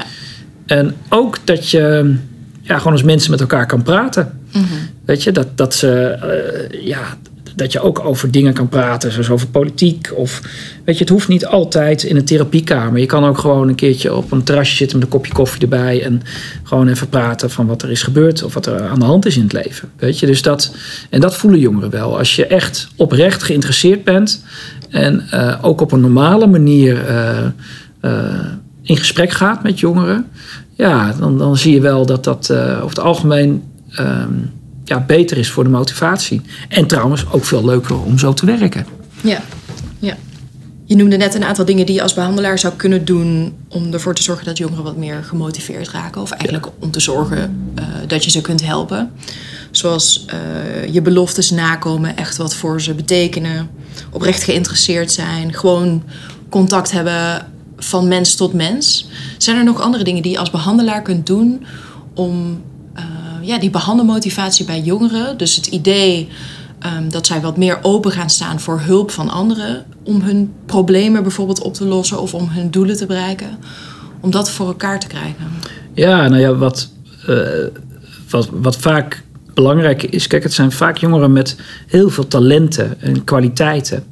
En ook dat je ja, gewoon als mensen met elkaar kan praten. Mm-hmm. Weet je, dat, dat, ze, uh, ja, dat je ook over dingen kan praten, zoals over politiek. Of, weet je, het hoeft niet altijd in een therapiekamer. Je kan ook gewoon een keertje op een terrasje zitten met een kopje koffie erbij en gewoon even praten van wat er is gebeurd of wat er aan de hand is in het leven. Weet je, dus dat, en dat voelen jongeren wel. Als je echt oprecht geïnteresseerd bent en uh, ook op een normale manier uh, uh, in gesprek gaat met jongeren, ja, dan, dan zie je wel dat dat uh, over het algemeen um, ja, beter is voor de motivatie. En trouwens ook veel leuker om zo te werken. Ja, ja. Je noemde net een aantal dingen die je als behandelaar zou kunnen doen om ervoor te zorgen dat jongeren wat meer gemotiveerd raken. Of eigenlijk ja. om te zorgen uh, dat je ze kunt helpen. Zoals uh, je beloftes nakomen, echt wat voor ze betekenen. Oprecht geïnteresseerd zijn. Gewoon contact hebben van mens tot mens. Zijn er nog andere dingen die je als behandelaar kunt doen om uh, ja, die behandelmotivatie bij jongeren, dus het idee um, dat zij wat meer open gaan staan voor hulp van anderen, om hun problemen bijvoorbeeld op te lossen of om hun doelen te bereiken, om dat voor elkaar te krijgen? Ja, nou ja, wat, uh, wat, wat vaak belangrijk is, kijk, het zijn vaak jongeren met heel veel talenten en kwaliteiten.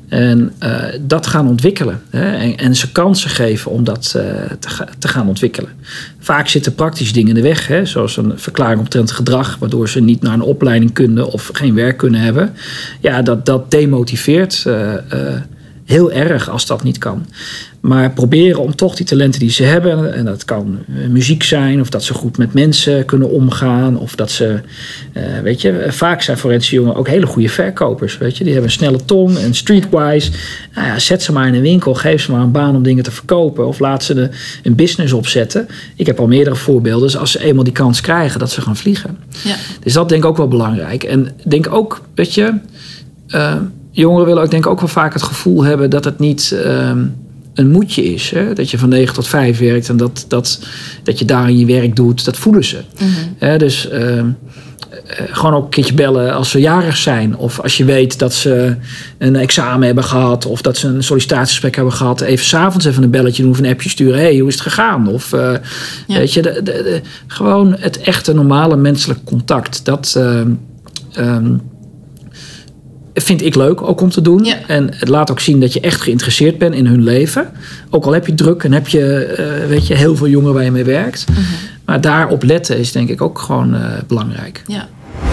En uh, dat gaan ontwikkelen. Hè? En, en ze kansen geven om dat uh, te, ga, te gaan ontwikkelen. Vaak zitten praktische dingen in de weg. Hè? Zoals een verklaring omtrent gedrag, waardoor ze niet naar een opleiding kunnen of geen werk kunnen hebben. Ja, dat, dat demotiveert uh, uh, heel erg als dat niet kan. Maar proberen om toch die talenten die ze hebben, en dat kan muziek zijn, of dat ze goed met mensen kunnen omgaan, of dat ze, uh, weet je, vaak zijn forensische jongeren ook hele goede verkopers, weet je. Die hebben een snelle tong en streetwise. Nou ja, zet ze maar in een winkel, geef ze maar een baan om dingen te verkopen, of laat ze de, een business opzetten. Ik heb al meerdere voorbeelden, dus als ze eenmaal die kans krijgen, dat ze gaan vliegen. Ja. Dus dat denk ik ook wel belangrijk. En denk ook, weet je, uh, jongeren willen ook denk ik ook wel vaak het gevoel hebben dat het niet Uh, een moedje is. Hè? Dat je van negen tot vijf werkt en dat, dat, dat je daarin je werk doet. Dat voelen ze. Mm-hmm. Hè? Dus uh, uh, gewoon ook een keertje bellen als ze jarig zijn. Of als je weet dat ze een examen hebben gehad. Of dat ze een sollicitatiegesprek hebben gehad. Even 's avonds even een belletje doen of een appje sturen. Hé, hey, hoe is het gegaan? Of uh, ja. weet je, de, de, de, gewoon het echte normale menselijk contact. Dat Uh, um, vind ik leuk ook om te doen. Ja. En het laat ook zien dat je echt geïnteresseerd bent in hun leven. Ook al heb je druk en heb je, uh, weet je, heel veel jongeren waar je mee werkt. Mm-hmm. Maar daarop letten is denk ik ook gewoon uh, belangrijk. Ja.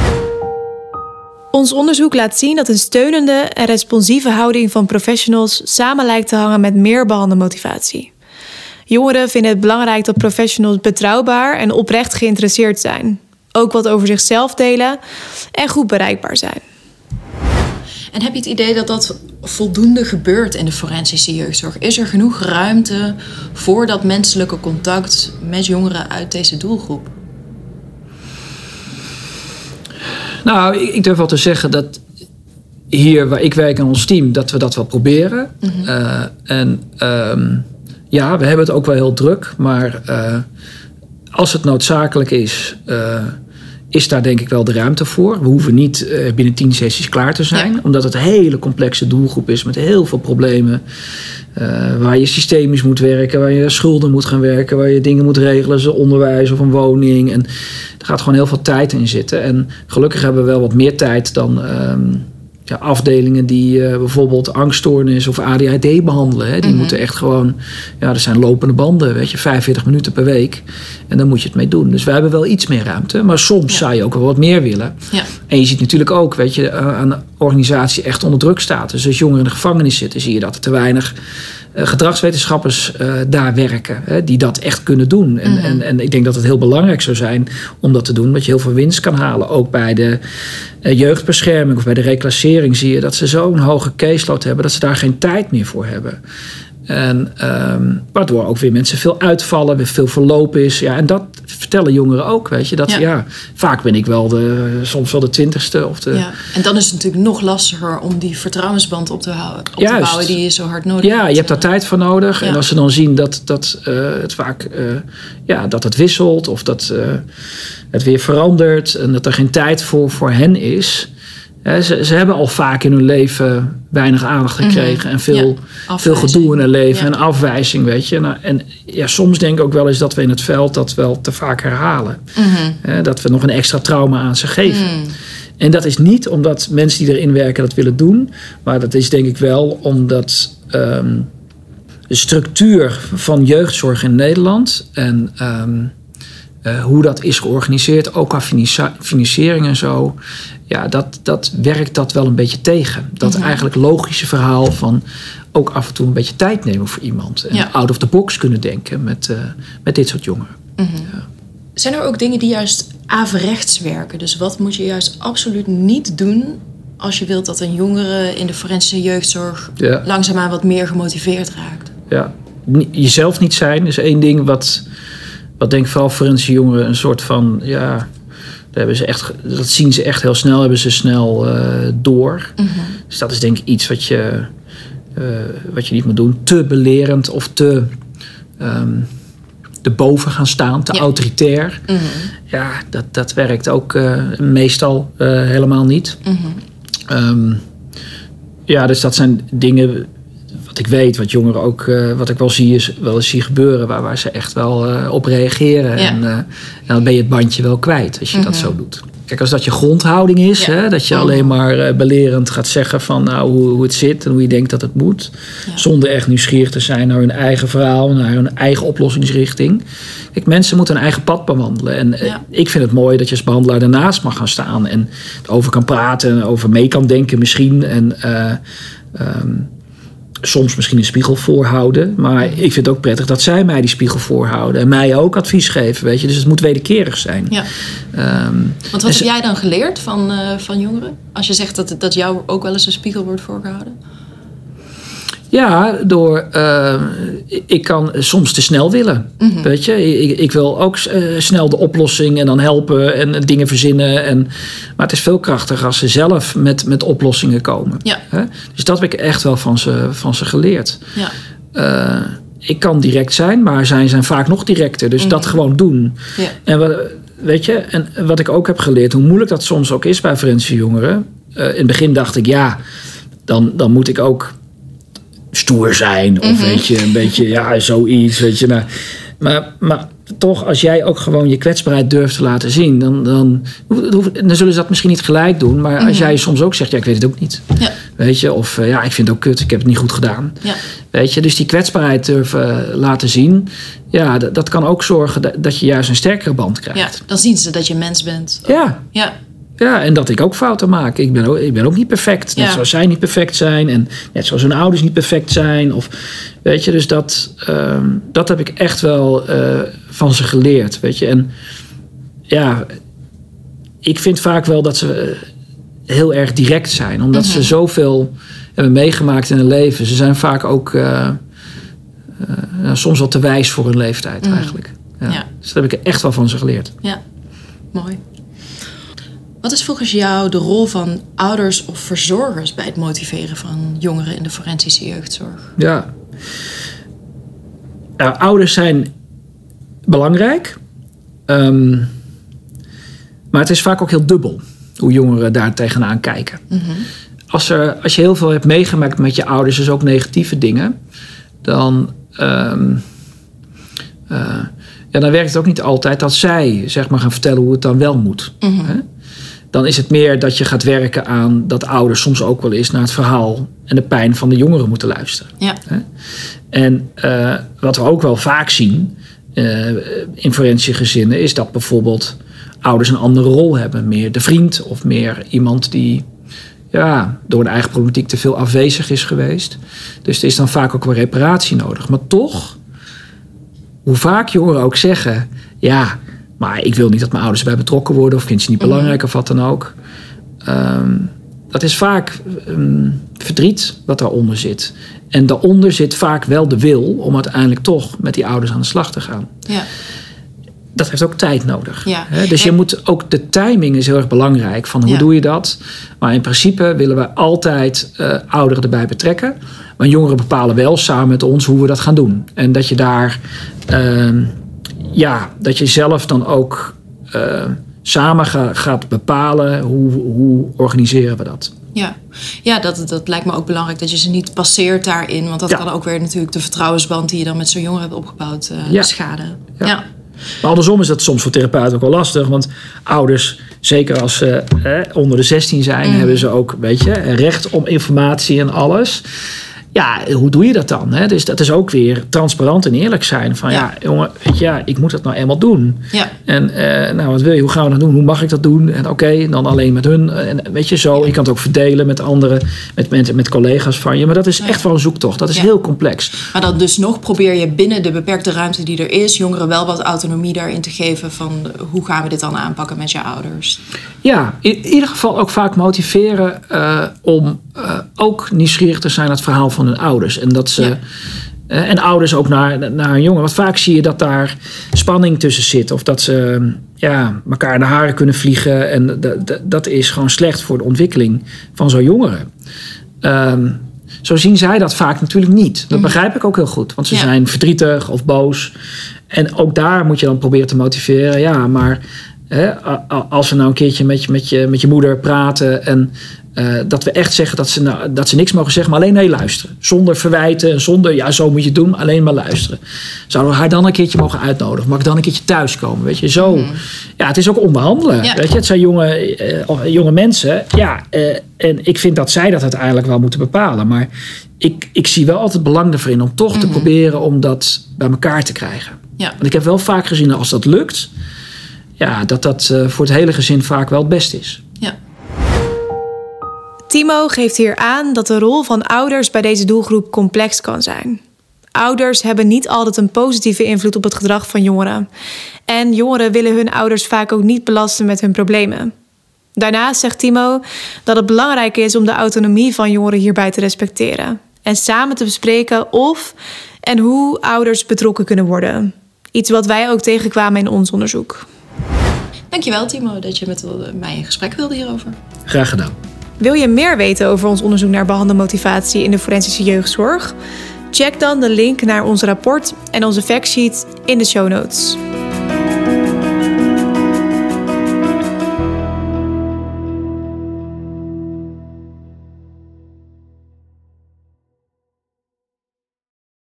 Ons onderzoek laat zien dat een steunende en responsieve houding van professionals samen lijkt te hangen met meer behandelmotivatie. Jongeren vinden het belangrijk dat professionals betrouwbaar en oprecht geïnteresseerd zijn. Ook wat over zichzelf delen en goed bereikbaar zijn. En heb je het idee dat dat voldoende gebeurt in de forensische jeugdzorg? Is er genoeg ruimte voor dat menselijke contact met jongeren uit deze doelgroep? Nou, ik durf wel te zeggen dat hier waar ik werk in ons team, dat we dat wel proberen. Mm-hmm. Uh, en um, ja, we hebben het ook wel heel druk. Maar uh, als het noodzakelijk is, Uh, is daar denk ik wel de ruimte voor. We hoeven niet uh, binnen tien sessies klaar te zijn. Ja. Omdat het een hele complexe doelgroep is met heel veel problemen. Uh, waar je systemisch moet werken, waar je schulden moet gaan werken, waar je dingen moet regelen, zoals onderwijs of een woning. En er gaat gewoon heel veel tijd in zitten. En gelukkig hebben we wel wat meer tijd dan Um, Ja, afdelingen die uh, bijvoorbeeld angststoornis of A D H D behandelen. Hè. Die mm-hmm. moeten echt gewoon, ja, er zijn lopende banden, weet je, vijfenveertig minuten per week. En dan moet je het mee doen. Dus wij hebben wel iets meer ruimte, maar soms ja. zou je ook wel wat meer willen. Ja. En je ziet natuurlijk ook, weet je, aan de organisatie echt onder druk staat. Dus als jongeren in de gevangenis zitten, zie je dat er te weinig uh, gedragswetenschappers uh, daar werken. Hè, die dat echt kunnen doen. En, mm-hmm. en, en ik denk dat het heel belangrijk zou zijn om dat te doen. Dat je heel veel winst kan halen. Ook bij de uh, jeugdbescherming of bij de reclassering zie je dat ze zo'n hoge caseload hebben dat ze daar geen tijd meer voor hebben. En um, waardoor ook weer mensen veel uitvallen, weer veel verloop is. Ja, en dat vertellen jongeren ook, weet je. Dat, ja. Ja, vaak ben ik wel de, soms wel de twintigste. Of de... Ja. En dan is het natuurlijk nog lastiger om die vertrouwensband op te, houden, op te bouwen die je zo hard nodig hebt. Ja, je hebt daar tijd voor nodig. Ja. En als ze dan zien dat, dat uh, het vaak uh, ja, dat het wisselt of dat uh, het weer verandert en dat er geen tijd voor, voor hen is. He, ze, ze hebben al vaak in hun leven weinig aandacht gekregen. Mm-hmm. En veel, ja, veel gedoe in hun leven. Ja. En afwijzing, weet je. Nou, en ja, soms denk ik ook wel eens dat we in het veld dat wel te vaak herhalen. Mm-hmm. He, dat we nog een extra trauma aan ze geven. Mm. En dat is niet omdat mensen die erin werken dat willen doen. Maar dat is denk ik wel omdat um, de structuur van jeugdzorg in Nederland en um, uh, hoe dat is georganiseerd, ook qua financiering en zo. Ja, dat, dat werkt dat wel een beetje tegen. Dat mm-hmm. eigenlijk logische verhaal van ook af en toe een beetje tijd nemen voor iemand. En ja. out of the box kunnen denken met, uh, met dit soort jongeren. Mm-hmm. Ja. Zijn er ook dingen die juist averechts werken? Dus wat moet je juist absoluut niet doen als je wilt dat een jongere in de forensische jeugdzorg ja. langzaamaan wat meer gemotiveerd raakt? Ja, jezelf niet zijn is één ding wat, wat denk ik vooral forensische jongeren een soort van... ja. Hebben ze echt, dat zien ze echt heel snel, hebben ze snel uh, door. Mm-hmm. Dus dat is denk ik iets wat je, uh, wat je niet moet doen. Te belerend of te um, erboven gaan staan, te ja. autoritair. Mm-hmm. Ja, dat, dat werkt ook uh, meestal uh, helemaal niet. Mm-hmm. Um, ja, dus dat zijn dingen wat ik weet, wat jongeren ook, uh, wat ik wel zie, is wel eens zie gebeuren, waar, waar ze echt wel uh, op reageren. Ja. En uh, dan ben je het bandje wel kwijt als je mm-hmm. dat zo doet. Kijk, als dat je grondhouding is, ja. hè, dat je mm-hmm. alleen maar uh, belerend gaat zeggen van nou, hoe, hoe het zit en hoe je denkt dat het moet. Ja. Zonder echt nieuwsgierig te zijn naar hun eigen verhaal, naar hun eigen oplossingsrichting. Kijk, mensen moeten hun eigen pad bewandelen. En uh, ja. ik vind het mooi dat je als behandelaar ernaast mag gaan staan en over kan praten en over mee kan denken misschien. En uh, um, soms misschien een spiegel voorhouden. Maar ik vind het ook prettig dat zij mij die spiegel voorhouden. En mij ook advies geven, weet je. Dus het moet wederkerig zijn. Ja. Um, Want wat heb jij dan geleerd van, uh, van jongeren? Als je zegt dat, dat jou ook wel eens een spiegel wordt voorgehouden? Ja, door... Uh, ik kan soms te snel willen. Mm-hmm. Weet je, ik, ik wil ook uh, snel de oplossing en dan helpen en dingen verzinnen. En, maar het is veel krachtiger als ze zelf met, met oplossingen komen. Ja. Hè? Dus dat heb ik echt wel van ze, van ze geleerd. Ja. Uh, ik kan direct zijn, maar zij zijn vaak nog directer. Dus mm-hmm. dat gewoon doen. Ja. En wat, weet je, en wat ik ook heb geleerd, hoe moeilijk dat soms ook is bij forensische jongeren. Uh, in het begin dacht ik, ja, dan, dan moet ik ook stoer zijn. Of mm-hmm. weet je, een beetje, ja, zoiets. Weet je, nou, maar, maar toch, als jij ook gewoon je kwetsbaarheid durft te laten zien, dan, dan, dan zullen ze dat misschien niet gelijk doen. Maar mm-hmm. als jij soms ook zegt, ja, ik weet het ook niet. Ja. Weet je, of ja, ik vind het ook kut, ik heb het niet goed gedaan. Ja. Weet je, dus die kwetsbaarheid durven laten zien, ja, dat, dat kan ook zorgen dat, dat je juist een sterkere band krijgt. Ja, dan zien ze dat je mens bent. Ja. Ja. Ja, en dat ik ook fouten maak. Ik ben ook, ik ben ook niet perfect. Net ja. zoals zij niet perfect zijn. En net zoals hun ouders niet perfect zijn. Of, weet je, dus dat, uh, dat heb ik echt wel uh, van ze geleerd. Weet je, en ja, ik vind vaak wel dat ze heel erg direct zijn. Omdat mm-hmm. ze zoveel hebben meegemaakt in hun leven. Ze zijn vaak ook uh, uh, soms wel te wijs voor hun leeftijd mm. eigenlijk. Ja. Ja. Dus dat heb ik echt wel van ze geleerd. Ja, mooi. Wat is volgens jou de rol van ouders of verzorgers bij het motiveren van jongeren in de forensische jeugdzorg? Ja, nou, ouders zijn belangrijk, um, maar het is vaak ook heel dubbel hoe jongeren daar tegenaan kijken. Mm-hmm. Als, er, als je heel veel hebt meegemaakt met je ouders, dus ook negatieve dingen, dan, um, uh, ja, dan werkt het ook niet altijd dat zij zeg maar, gaan vertellen hoe het dan wel moet. Mm-hmm. Hè? Dan is het meer dat je gaat werken aan dat ouders soms ook wel eens naar het verhaal en de pijn van de jongeren moeten luisteren. Ja. En uh, wat we ook wel vaak zien uh, in forensische gezinnen is dat bijvoorbeeld ouders een andere rol hebben. Meer de vriend of meer iemand die ja, door een eigen problematiek te veel afwezig is geweest. Dus er is dan vaak ook wel reparatie nodig. Maar toch, hoe vaak jongeren ook zeggen, ja, maar ik wil niet dat mijn ouders erbij betrokken worden of vind ze niet belangrijk of wat dan ook. Um, dat is vaak um, verdriet wat daaronder zit. En daaronder zit vaak wel de wil om uiteindelijk toch met die ouders aan de slag te gaan. Ja. Dat heeft ook tijd nodig. Ja. Hè? Dus je moet ook, de timing is heel erg belangrijk. Van hoe ja. doe je dat? Maar in principe willen we altijd uh, ouderen erbij betrekken. Maar jongeren bepalen wel samen met ons hoe we dat gaan doen. En dat je daar, uh, ja, dat je zelf dan ook uh, samen ga, gaat bepalen hoe, hoe organiseren we dat. Ja, ja dat, dat lijkt me ook belangrijk dat je ze niet passeert daarin. Want dat ja. kan ook weer natuurlijk de vertrouwensband die je dan met zo'n jongere hebt opgebouwd uh, ja. schaden. Ja. ja. Maar andersom is dat soms voor therapeuten ook wel lastig. Want ouders, zeker als ze eh, onder de zestien zijn, mm. hebben ze ook, weet je, recht om informatie en alles. Ja, hoe doe je dat dan? Hè? Dus dat is ook weer transparant en eerlijk zijn. Van ja, ja jongen, weet je, ja, ik moet dat nou eenmaal doen. Ja. En uh, nou, wat wil je? Hoe gaan we dat doen? Hoe mag ik dat doen? En oké, okay, dan alleen met hun. En weet je, zo. Je kan het ook verdelen met anderen, met, met, met collega's van je. Maar dat is ja. echt wel een zoektocht. Dat is ja. heel complex. Maar dan dus nog probeer je binnen de beperkte ruimte die er is, jongeren wel wat autonomie daarin te geven van hoe gaan we dit dan aanpakken met je ouders? Ja, in ieder geval ook vaak motiveren uh, om uh, ook nieuwsgierig te zijn naar het verhaal van hun ouders. En dat ze ja. uh, en ouders ook naar, naar een jongen. Want vaak zie je dat daar spanning tussen zit. Of dat ze ja, elkaar in de haren kunnen vliegen. En d- d- dat is gewoon slecht voor de ontwikkeling van zo'n jongere. Um, zo zien zij dat vaak natuurlijk niet. Dat mm-hmm. begrijp ik ook heel goed. Want ze ja. zijn verdrietig of boos. En ook daar moet je dan proberen te motiveren. Ja, maar hè, als we nou een keertje met je, met je, met je moeder praten en Uh, dat we echt zeggen dat ze, nou, dat ze niks mogen zeggen, maar alleen nee luisteren. Zonder verwijten, zonder ja, zo moet je het doen, alleen maar luisteren. Zouden we haar dan een keertje mogen uitnodigen? Mag ik dan een keertje thuiskomen? Weet je, zo. Mm. Ja, het is ook onderhandelen. Ja. Weet je, het zijn jonge, uh, jonge mensen. Ja, uh, en ik vind dat zij dat uiteindelijk wel moeten bepalen. Maar ik, ik zie wel altijd belang ervoor in om toch mm-hmm. te proberen om dat bij elkaar te krijgen. Ja. Want ik heb wel vaak gezien als dat lukt, ja, dat dat uh, voor het hele gezin vaak wel het beste is. Ja. Timo geeft hier aan dat de rol van ouders bij deze doelgroep complex kan zijn. Ouders hebben niet altijd een positieve invloed op het gedrag van jongeren. En jongeren willen hun ouders vaak ook niet belasten met hun problemen. Daarnaast zegt Timo dat het belangrijk is om de autonomie van jongeren hierbij te respecteren. En samen te bespreken of en hoe ouders betrokken kunnen worden. Iets wat wij ook tegenkwamen in ons onderzoek. Dankjewel Timo dat je met mij in gesprek wilde hierover. Graag gedaan. Wil je meer weten over ons onderzoek naar behandelmotivatie in de forensische jeugdzorg? Check dan de link naar ons rapport en onze factsheet in de show notes.